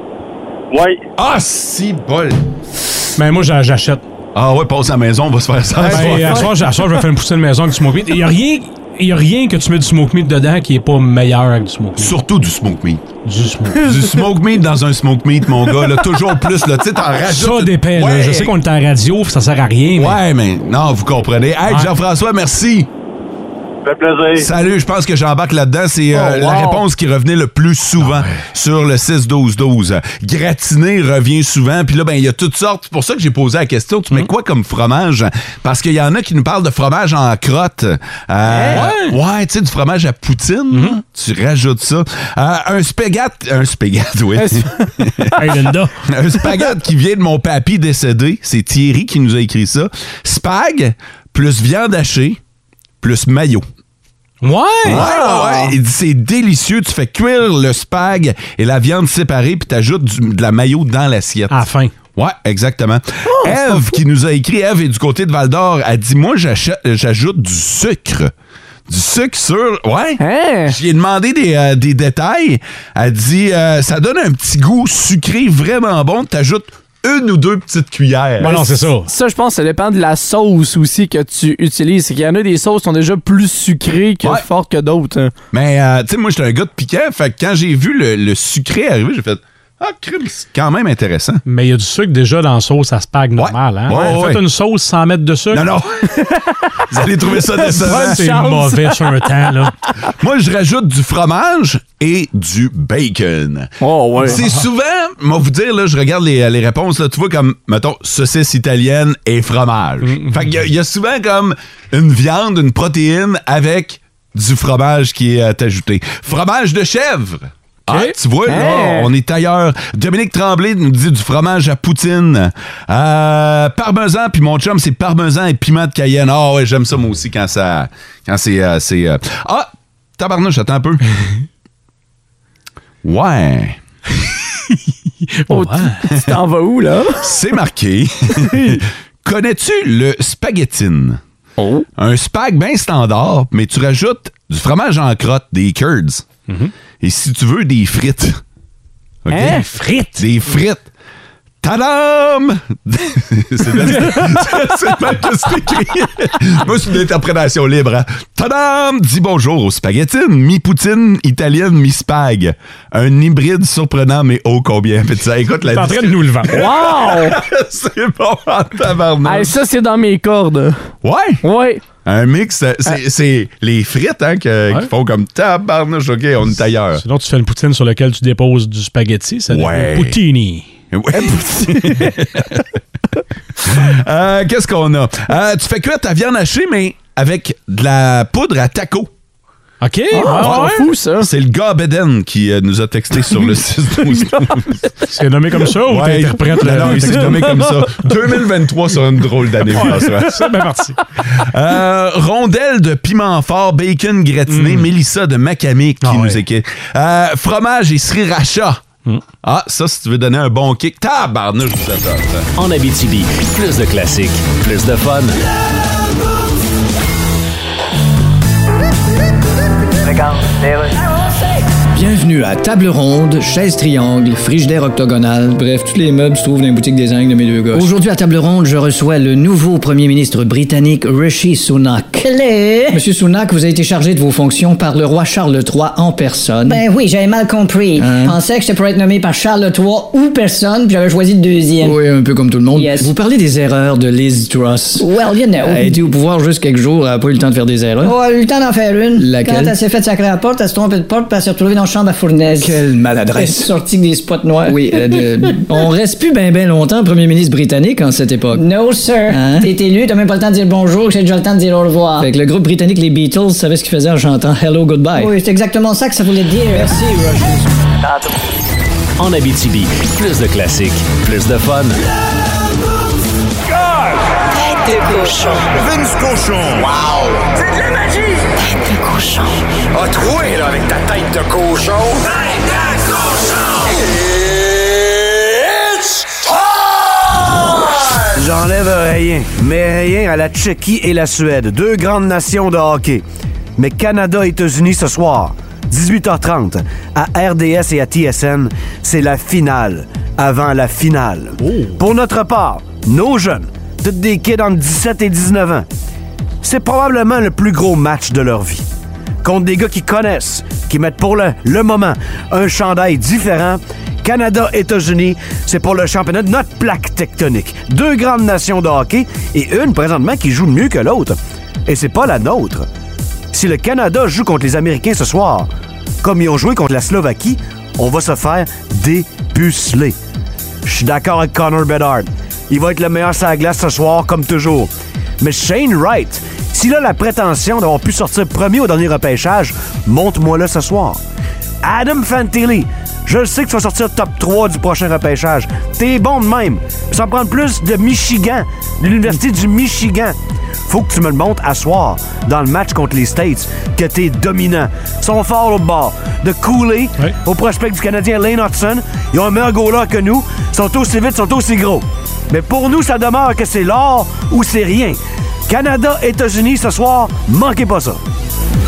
Oui. Ah, si bol! Mais moi, j'achète. Ah ouais, passe à la maison, on va se faire ça. Ben, à soir, à soir, je vais faire une poutine de maison avec du smoke meat. Il n'y a rien... Il n'y a rien que tu mets du smoke meat dedans qui n'est pas meilleur avec du smoke meat. Surtout du smoke meat. Du smoke meat. Du smoke meat dans un smoke meat, mon gars. Là, toujours plus. Là, tu sais, t'en rajoutes. Ça dépend. Ouais. Là. Je sais qu'on est en radio, ça sert à rien. Mais... Ouais, mais non, vous comprenez. Hey, ouais. Jean-François, merci. Ça fait plaisir. Salut, je pense que j'embarque là-dedans. C'est euh, oh, wow. la réponse qui revenait le plus souvent oh, ouais. sur le six douze douze. Gratiner revient souvent. Puis là, ben il y a toutes sortes. C'est pour ça que j'ai posé la question. Tu mets mm. quoi comme fromage? Parce qu'il y en a qui nous parlent de fromage en crotte. Euh, ouais, ouais tu sais, du fromage à poutine. Mm-hmm. Tu rajoutes ça. Euh, un spaghetti. Un spaghetti, oui. Hey, Linda. Un spaghetti qui vient de mon papy décédé. C'est Thierry qui nous a écrit ça. Spag plus viande hachée plus mayo. Ouais! Ouais, ouais. Il dit c'est délicieux. Tu fais cuire le spag et la viande séparée, puis t'ajoutes du, de la mayo dans l'assiette. À la fin. Ouais, exactement. Oh, Ève, qui nous a écrit, Ève est du côté de Val-d'Or, elle dit, moi, j'ajoute du sucre Du sucre sur... Ouais. Hein? J'y ai demandé des, euh, des détails. Elle dit, euh, ça donne un petit goût sucré vraiment bon. T'ajoutes une ou deux petites cuillères. Bon, non, c'est ça. Ça, je pense que ça dépend de la sauce aussi que tu utilises. C'est qu'il y en a des sauces qui sont déjà plus sucrées que Ouais. fortes que d'autres. Hein. Mais, euh, tu sais, moi, j'étais un gars de piquant. Fait que quand j'ai vu le, le sucré arriver, j'ai fait... Ah, crime, c'est quand même intéressant. Mais il y a du sucre déjà dans la sauce à spag normale. Hein? Ouais, Faites ouais. une sauce sans mettre de sucre. Non, non. Vous allez trouver ça décevant. C'est mauvais sur un temps, là. Moi, je rajoute du fromage et du bacon. Oh, ouais. C'est souvent, moi vous dire, là, je regarde les, les réponses, là, tu vois, comme, mettons, saucisse italienne et fromage. Mm-hmm. Fait qu'il y, a- il y a souvent comme une viande, une protéine avec du fromage qui est euh, ajouté. Fromage de chèvre. Ah, tu vois, là, Hey. on est ailleurs. Dominique Tremblay nous dit du fromage à poutine. Euh, parmesan, puis mon chum, c'est parmesan et piment de Cayenne. Ah ouais, j'aime ça moi aussi quand ça... Quand c'est... euh, c'est euh... Ah! Tabarnouche, attends un peu. Ouais. Oh, tu tu t'en vas où, là? C'est marqué. Connais-tu le spaghettine? Oh. Un spag bien standard, mais tu rajoutes du fromage en crotte, des curds. Et si tu veux, des frites. OK? Hein? Des frites? Des frites. Tadam! c'est bien c'est mal que c'est écrit. Moi, c'est une interprétation libre. Hein? Tadam! Dis bonjour au spaghettine, mi-poutine italienne, mi-spag. Un hybride surprenant, mais ô combien. Puis ça, écoute la T'es en train de nous le vendre. Wow! C'est bon en tabarnak. Hey, ça, c'est dans mes cordes. Ouais! Ouais. Un mix, c'est, c'est, c'est les frites hein, que, Ouais. qui font comme tabarnouche, OK, on est ailleurs. Sinon, tu fais une poutine sur laquelle tu déposes du spaghetti. Ça devient Ouais. poutini. Ouais. euh, qu'est-ce qu'on a? Euh, tu fais cuire ta viande hachée, mais avec de la poudre à taco. OK. Ah, ouais. fou, ça. C'est le gars Beden qui euh, nous a texté sur le six douze. C'est nommé comme ça ou Ouais. t'interprètes le Non, non, il s'est texte? nommé comme ça. deux mille vingt-trois sur une drôle d'année, François. C'est bien parti. Euh, rondelle de piment fort, bacon gratiné, Mélissa de Macamé qui Ah nous ouais. écrit. Euh, fromage et sriracha. Ah, ça, si tu veux donner un bon kick, tabarnouche, je vous attends. En Abitibi, plus de classiques, plus de fun. Regarde, les rues. Bienvenue à Table Ronde, Chaise Triangle, Frigidaire Octogonal. Bref, tous les meubles se trouvent dans les boutiques design de mes deux gosses. Aujourd'hui, à Table Ronde, je reçois le nouveau premier ministre britannique Rishi Sunak. Clé. Monsieur Sunak, vous avez été chargé de vos fonctions par le roi Charles trois en personne. Ben oui, j'avais mal compris. Hein? Je pensais que j'étais pour être nommé par Charles trois ou personne, puis j'avais choisi le deuxième. Oui, un peu comme tout le monde. Yes. Vous parlez des erreurs de Liz Truss. Well, you know. Elle a été au pouvoir juste quelques jours, elle n'a pas eu le temps de faire des erreurs. Oh, elle a eu le temps d'en faire une. Laquelle? Quand elle s'est fait sacrer à la porte, elle s'est trompée de porte, puis elle s'est retrouvée dans la chambre à fournaise. Quelle Elle est maladresse. sortie avec des spots noirs. Oui, euh, de- on reste plus bien ben longtemps premier ministre britannique en cette époque. No, sir. Hein? T'es élu, t'as même pas le temps de dire bonjour, j'ai déjà le temps de dire au revoir. Fait que le groupe britannique les Beatles savait ce qu'ils faisaient en chantant Hello Goodbye. Oui, c'est exactement ça que ça voulait dire. Merci, En Abitibi, plus de classiques, plus de fun. Tête de cochon. Vince Cochon. Wow! C'est de la magie! Tête de cochon. A troué, là, avec ta tête de cochon. Tête de cochon! It's time! J'enlève rien, mais rien à la Tchéquie et la Suède, deux grandes nations de hockey. Mais Canada-États-Unis ce soir, dix-huit heures trente, à R D S et à T S N, c'est la finale, avant la finale. Pour notre part, nos jeunes, toutes des kids entre dix-sept et dix-neuf ans, c'est probablement le plus gros match de leur vie. Contre des gars qui connaissent, qui mettent pour le, le moment un chandail différent. Canada-États-Unis, c'est pour le championnat de notre plaque tectonique. Deux grandes nations de hockey et une présentement qui joue mieux que l'autre. Et c'est pas la nôtre. Si le Canada joue contre les Américains ce soir, comme ils ont joué contre la Slovaquie, on va se faire dépuceler. Je suis d'accord avec Connor Bedard. Il va être le meilleur sur la glace ce soir, comme toujours. Mais Shane Wright, s'il a la prétention d'avoir pu sortir premier au dernier repêchage, montre-moi-le ce soir. Adam Fantilli, je le sais que tu vas sortir top trois du prochain repêchage. T'es bon de même. Ça me prend plus de Michigan, de l'Université du Michigan. Faut que tu me le montres à soir, dans le match contre les States, que t'es dominant. Ils sont forts au bord. De Cooley, oui. Au prospect du Canadien Lane Hudson, ils ont un meilleur goaler que nous, ils sont aussi vite, ils sont aussi gros. Mais pour nous, ça demeure que c'est l'or ou c'est rien. Canada, États-Unis, ce soir, manquez pas ça.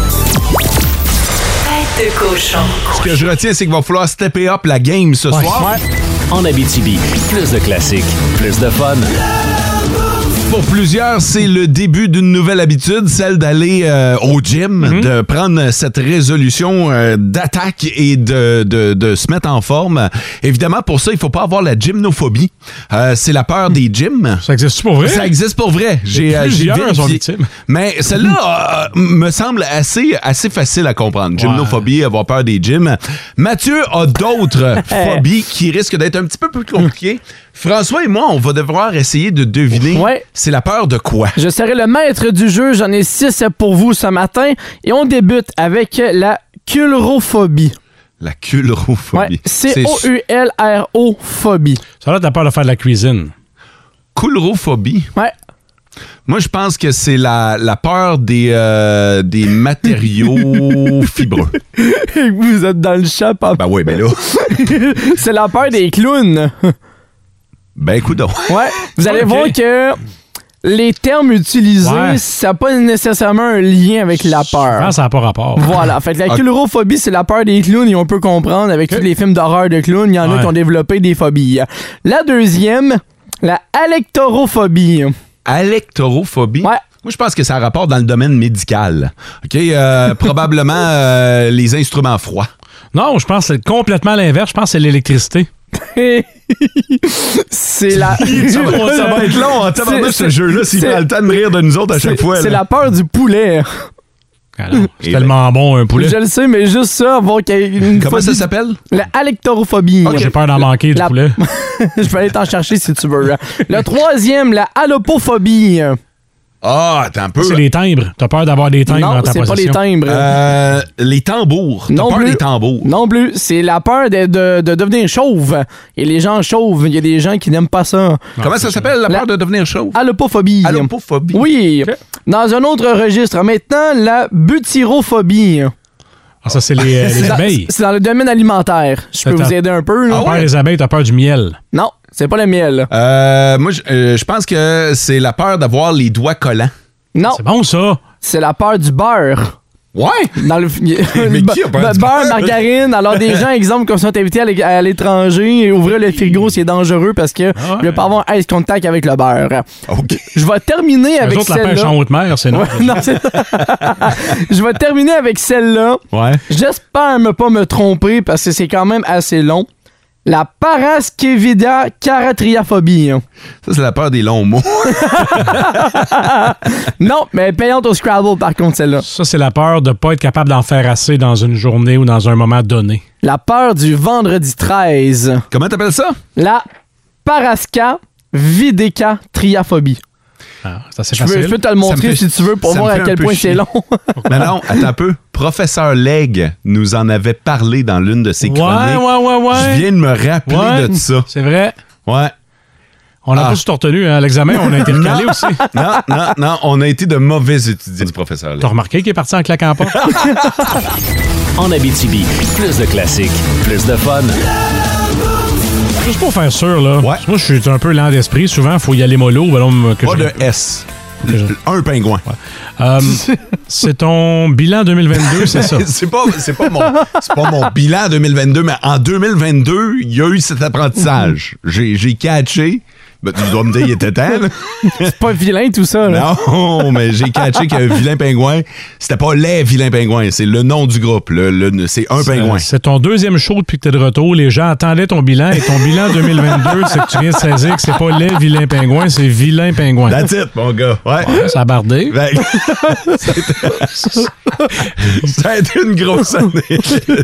de cochon. Ce que je retiens, c'est qu'il va falloir stepper up la game ce Ouais. soir. En Abitibi, plus de classiques, plus de fun. Pour plusieurs, c'est le début d'une nouvelle habitude, celle d'aller euh, au gym, mm-hmm. de prendre cette résolution euh, d'attaque et de, de, de se mettre en forme. Évidemment, pour ça, il faut pas avoir la gymnophobie. Euh, c'est la peur des gyms. Ça existe pour vrai? Ça existe pour vrai. J'ai, plusieurs j'ai sont victimes. Mais celle-là euh, me semble assez, assez facile à comprendre. Gymnophobie, avoir peur des gyms. Mathieu a d'autres phobies qui risquent d'être un petit peu plus compliquées. François et moi, on va devoir essayer de deviner. Ouais. C'est la peur de quoi? Je serai le maître du jeu. J'en ai six pour vous ce matin. Et on débute avec la culrophobie. La culrophobie. Ouais. C O U L R O phobie. Ça là, t'as peur de faire de la cuisine. Culrophobie? Ouais. Moi, je pense que c'est la, la peur des, euh, des matériaux fibreux. Vous êtes dans le champ, papa. Ben oui, ben là. C'est la peur des clowns. Ben, écoute donc. Ouais. Vous allez okay. voir que les termes utilisés, ouais. ça n'a pas nécessairement un lien avec la peur. Non, ça n'a pas rapport. Voilà. Fait que la culrophobie, c'est la peur des clowns et on peut comprendre avec okay. tous les films d'horreur de clowns, il y en ouais. a qui ont développé des phobies. La deuxième, la alectorophobie. Alectorophobie? Ouais. Moi, je pense que ça a rapport dans le domaine médical. OK? Euh, probablement euh, les instruments froids. Non, je pense que c'est complètement l'inverse. Je pense que c'est l'électricité. c'est la... ça, va, ça va être long en tabarnak ce jeu-là s'il prend le temps de rire de nous autres à chaque fois. C'est là. la peur du poulet. Alors, c'est tellement bon, un poulet. Je le sais, mais juste ça, voir qu'il y a une Comment phobie... ça s'appelle? La alectorophobie. Okay. J'ai peur d'en manquer du la... poulet. Je vais aller t'en chercher si tu veux. Le troisième, la allopophobie. Ah, attends un peu. C'est les timbres. T'as peur d'avoir des timbres non, dans ta possession? Non, c'est pas les timbres. Euh, les tambours. T'as non peur plus, des tambours? Non plus. C'est la peur de, de, de devenir chauve. Et les gens chauves, il y a des gens qui n'aiment pas ça. Non, Comment ça s'appelle, la peur la... de devenir chauve? Allopophobie. Allopophobie. Oui. Okay. Dans un autre registre. Maintenant, la butyrophobie. Ah, ça, c'est les, euh, les abeilles. C'est dans le domaine alimentaire. Je peux vous aider un peu. T'as peur des abeilles, t'as peur du miel. Non, c'est pas le miel. Euh, moi, je euh, pense que c'est la peur d'avoir les doigts collants. Non. C'est bon, ça. C'est la peur du beurre. Ouais. Dans le, Mais qui a peur beurre, du beurre? margarine. Alors, des gens, exemple, qui sont invités à l'étranger et ouvrir le frigo, c'est dangereux parce que ah ouais. je vais pas avoir un ice contact avec le beurre. OK. Je vais terminer avec autres, celle-là. La pêche en haute mer, c'est non. Ouais, non c'est... Je vais terminer avec celle-là. Ouais. J'espère ne pas me tromper parce que c'est quand même assez long. La paraskevidacaratriaphobie. Ça, c'est la peur des longs mots. Non, mais payante au Scrabble, par contre, celle-là. Ça, c'est la peur de ne pas être capable d'en faire assez dans une journée ou dans un moment donné. La peur du vendredi treize. Comment t'appelles ça? La paraskevidécatriaphobie. Ah, ça, c'est je, facile. Peux, je peux te le montrer fait, si tu veux pour voir à quel point c'est long. Mais non, attends un peu. Professeur Legge nous en avait parlé dans l'une de ses chroniques. Ouais, ouais, ouais, ouais. Je viens de me rappeler ouais, de ça. C'est vrai. Ouais. On n'a ah. pas tout retenu, hein. À l'examen, on a été recalé aussi. Non, non, non, on a été de mauvais étudiants du professeur Legge. T'as remarqué qu'il est parti en claquant pas? En Abitibi, plus de classiques, plus de fun. Juste pour faire sûr, là. Ouais. Moi, je suis un peu lent d'esprit. Souvent, il faut y aller mollo. Ben, que pas je... de S. Je... Un pingouin. Ouais. Euh, c'est ton bilan deux mille vingt-deux, c'est ça? c'est pas, c'est pas mon, c'est pas mon bilan deux mille vingt-deux, mais en deux mille vingt-deux, il y a eu cet apprentissage. J'ai, j'ai catché. Ben, tu dois me dire, il était temps. C'est pas vilain tout ça, là. Non, mais j'ai catché qu'un vilain pingouin, c'était pas les vilains pingouins, c'est le nom du groupe. Le, le, c'est un c'est, pingouin. C'est ton deuxième show depuis que t'es de retour. Les gens attendaient ton bilan et ton bilan deux mille vingt-deux, c'est que tu viens de saisir que c'est pas les vilains pingouins, c'est vilain pingouin. That's it, mon gars. Ouais. Ouais, ça a bardé. Ben, ça a été une grosse année.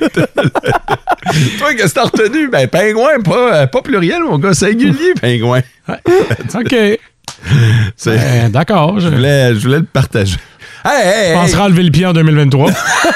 Toi, qu'est-ce que t'as retenu? Ben, pingouin, pas, pas pluriel, mon gars, singulier, pingouin. Ouais. OK. Ben, d'accord. Je voulais, je voulais le partager. Hey, hey, hey. Pensera lever le pied en deux mille vingt-trois.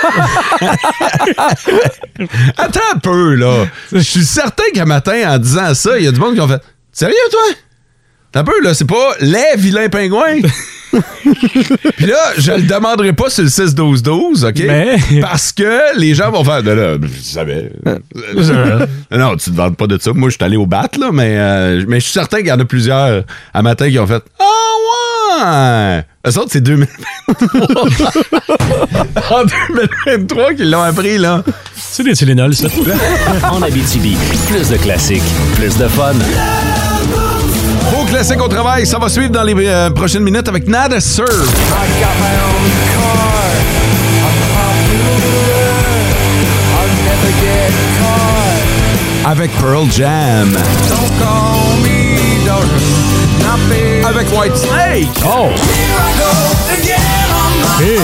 Attends un peu, là. Je suis certain qu'un matin, en disant ça, il y a du monde qui ont fait « Sérieux, toi? » T'as un peu, là, c'est pas les vilains pingouins. Puis là, je le demanderai pas sur le six douze douze, OK? Mais... Parce que les gens vont faire de là, je savais. Non, tu te vantes pas de ça. Moi, je suis allé au bat, là, mais, euh, mais je suis certain qu'il y en a plusieurs à matin qui ont fait « Ah ouais! » Eux autres, c'est deux mille vingt-trois. En deux mille vingt-trois qu'ils l'ont appris, là. C'est des Tylenol, ça. En Abitibi, plus de classiques, plus de fun. Beau classique au travail, ça va suivre dans les euh, prochaines minutes avec Nada Surf. Avec Pearl Jam. Avec White Snake. Oh! Hey.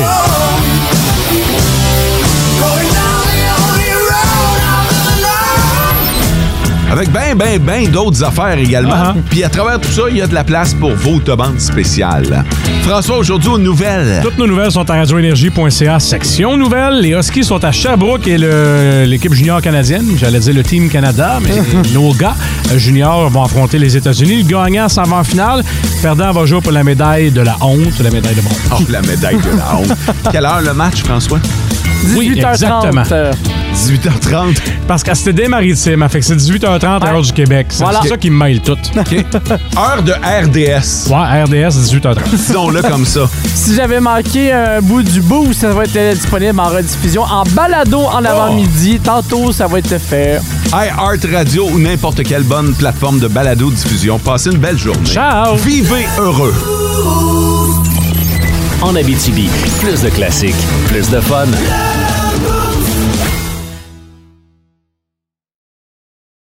Avec ben, ben, ben d'autres affaires également. Uh-huh. Puis à travers tout ça, il y a de la place pour vos demandes spéciales. François, aujourd'hui, aux nouvelles. Toutes nos nouvelles sont à radio énergie point c a, section nouvelles. Les Huskies sont à Sherbrooke et le, l'équipe junior canadienne. J'allais dire le Team Canada, mais nos gars juniors vont affronter les États-Unis. Le gagnant s'en va en finale. Le perdant va jouer pour la médaille de la honte, la médaille de bronze. Oh, la médaille de la honte. Quelle heure le match, François? Oui, exactement. dix-huit heures trente. Parce que c'était des maritimes, fait que c'est dix-huit heures trente à l'heure du Québec. C'est voilà. Ça qui me mêle tout. Okay. Heure de R D S. Ouais, R D S, dix-huit heures trente. Disons-le comme ça. Si j'avais manqué un bout du bout, ça va être disponible en rediffusion, en balado en avant-midi. Tantôt, ça va être fait. iHeart Radio ou n'importe quelle bonne plateforme de balado-diffusion. Passez une belle journée. Ciao! Vivez heureux. En Abitibi, plus de classiques, plus de fun.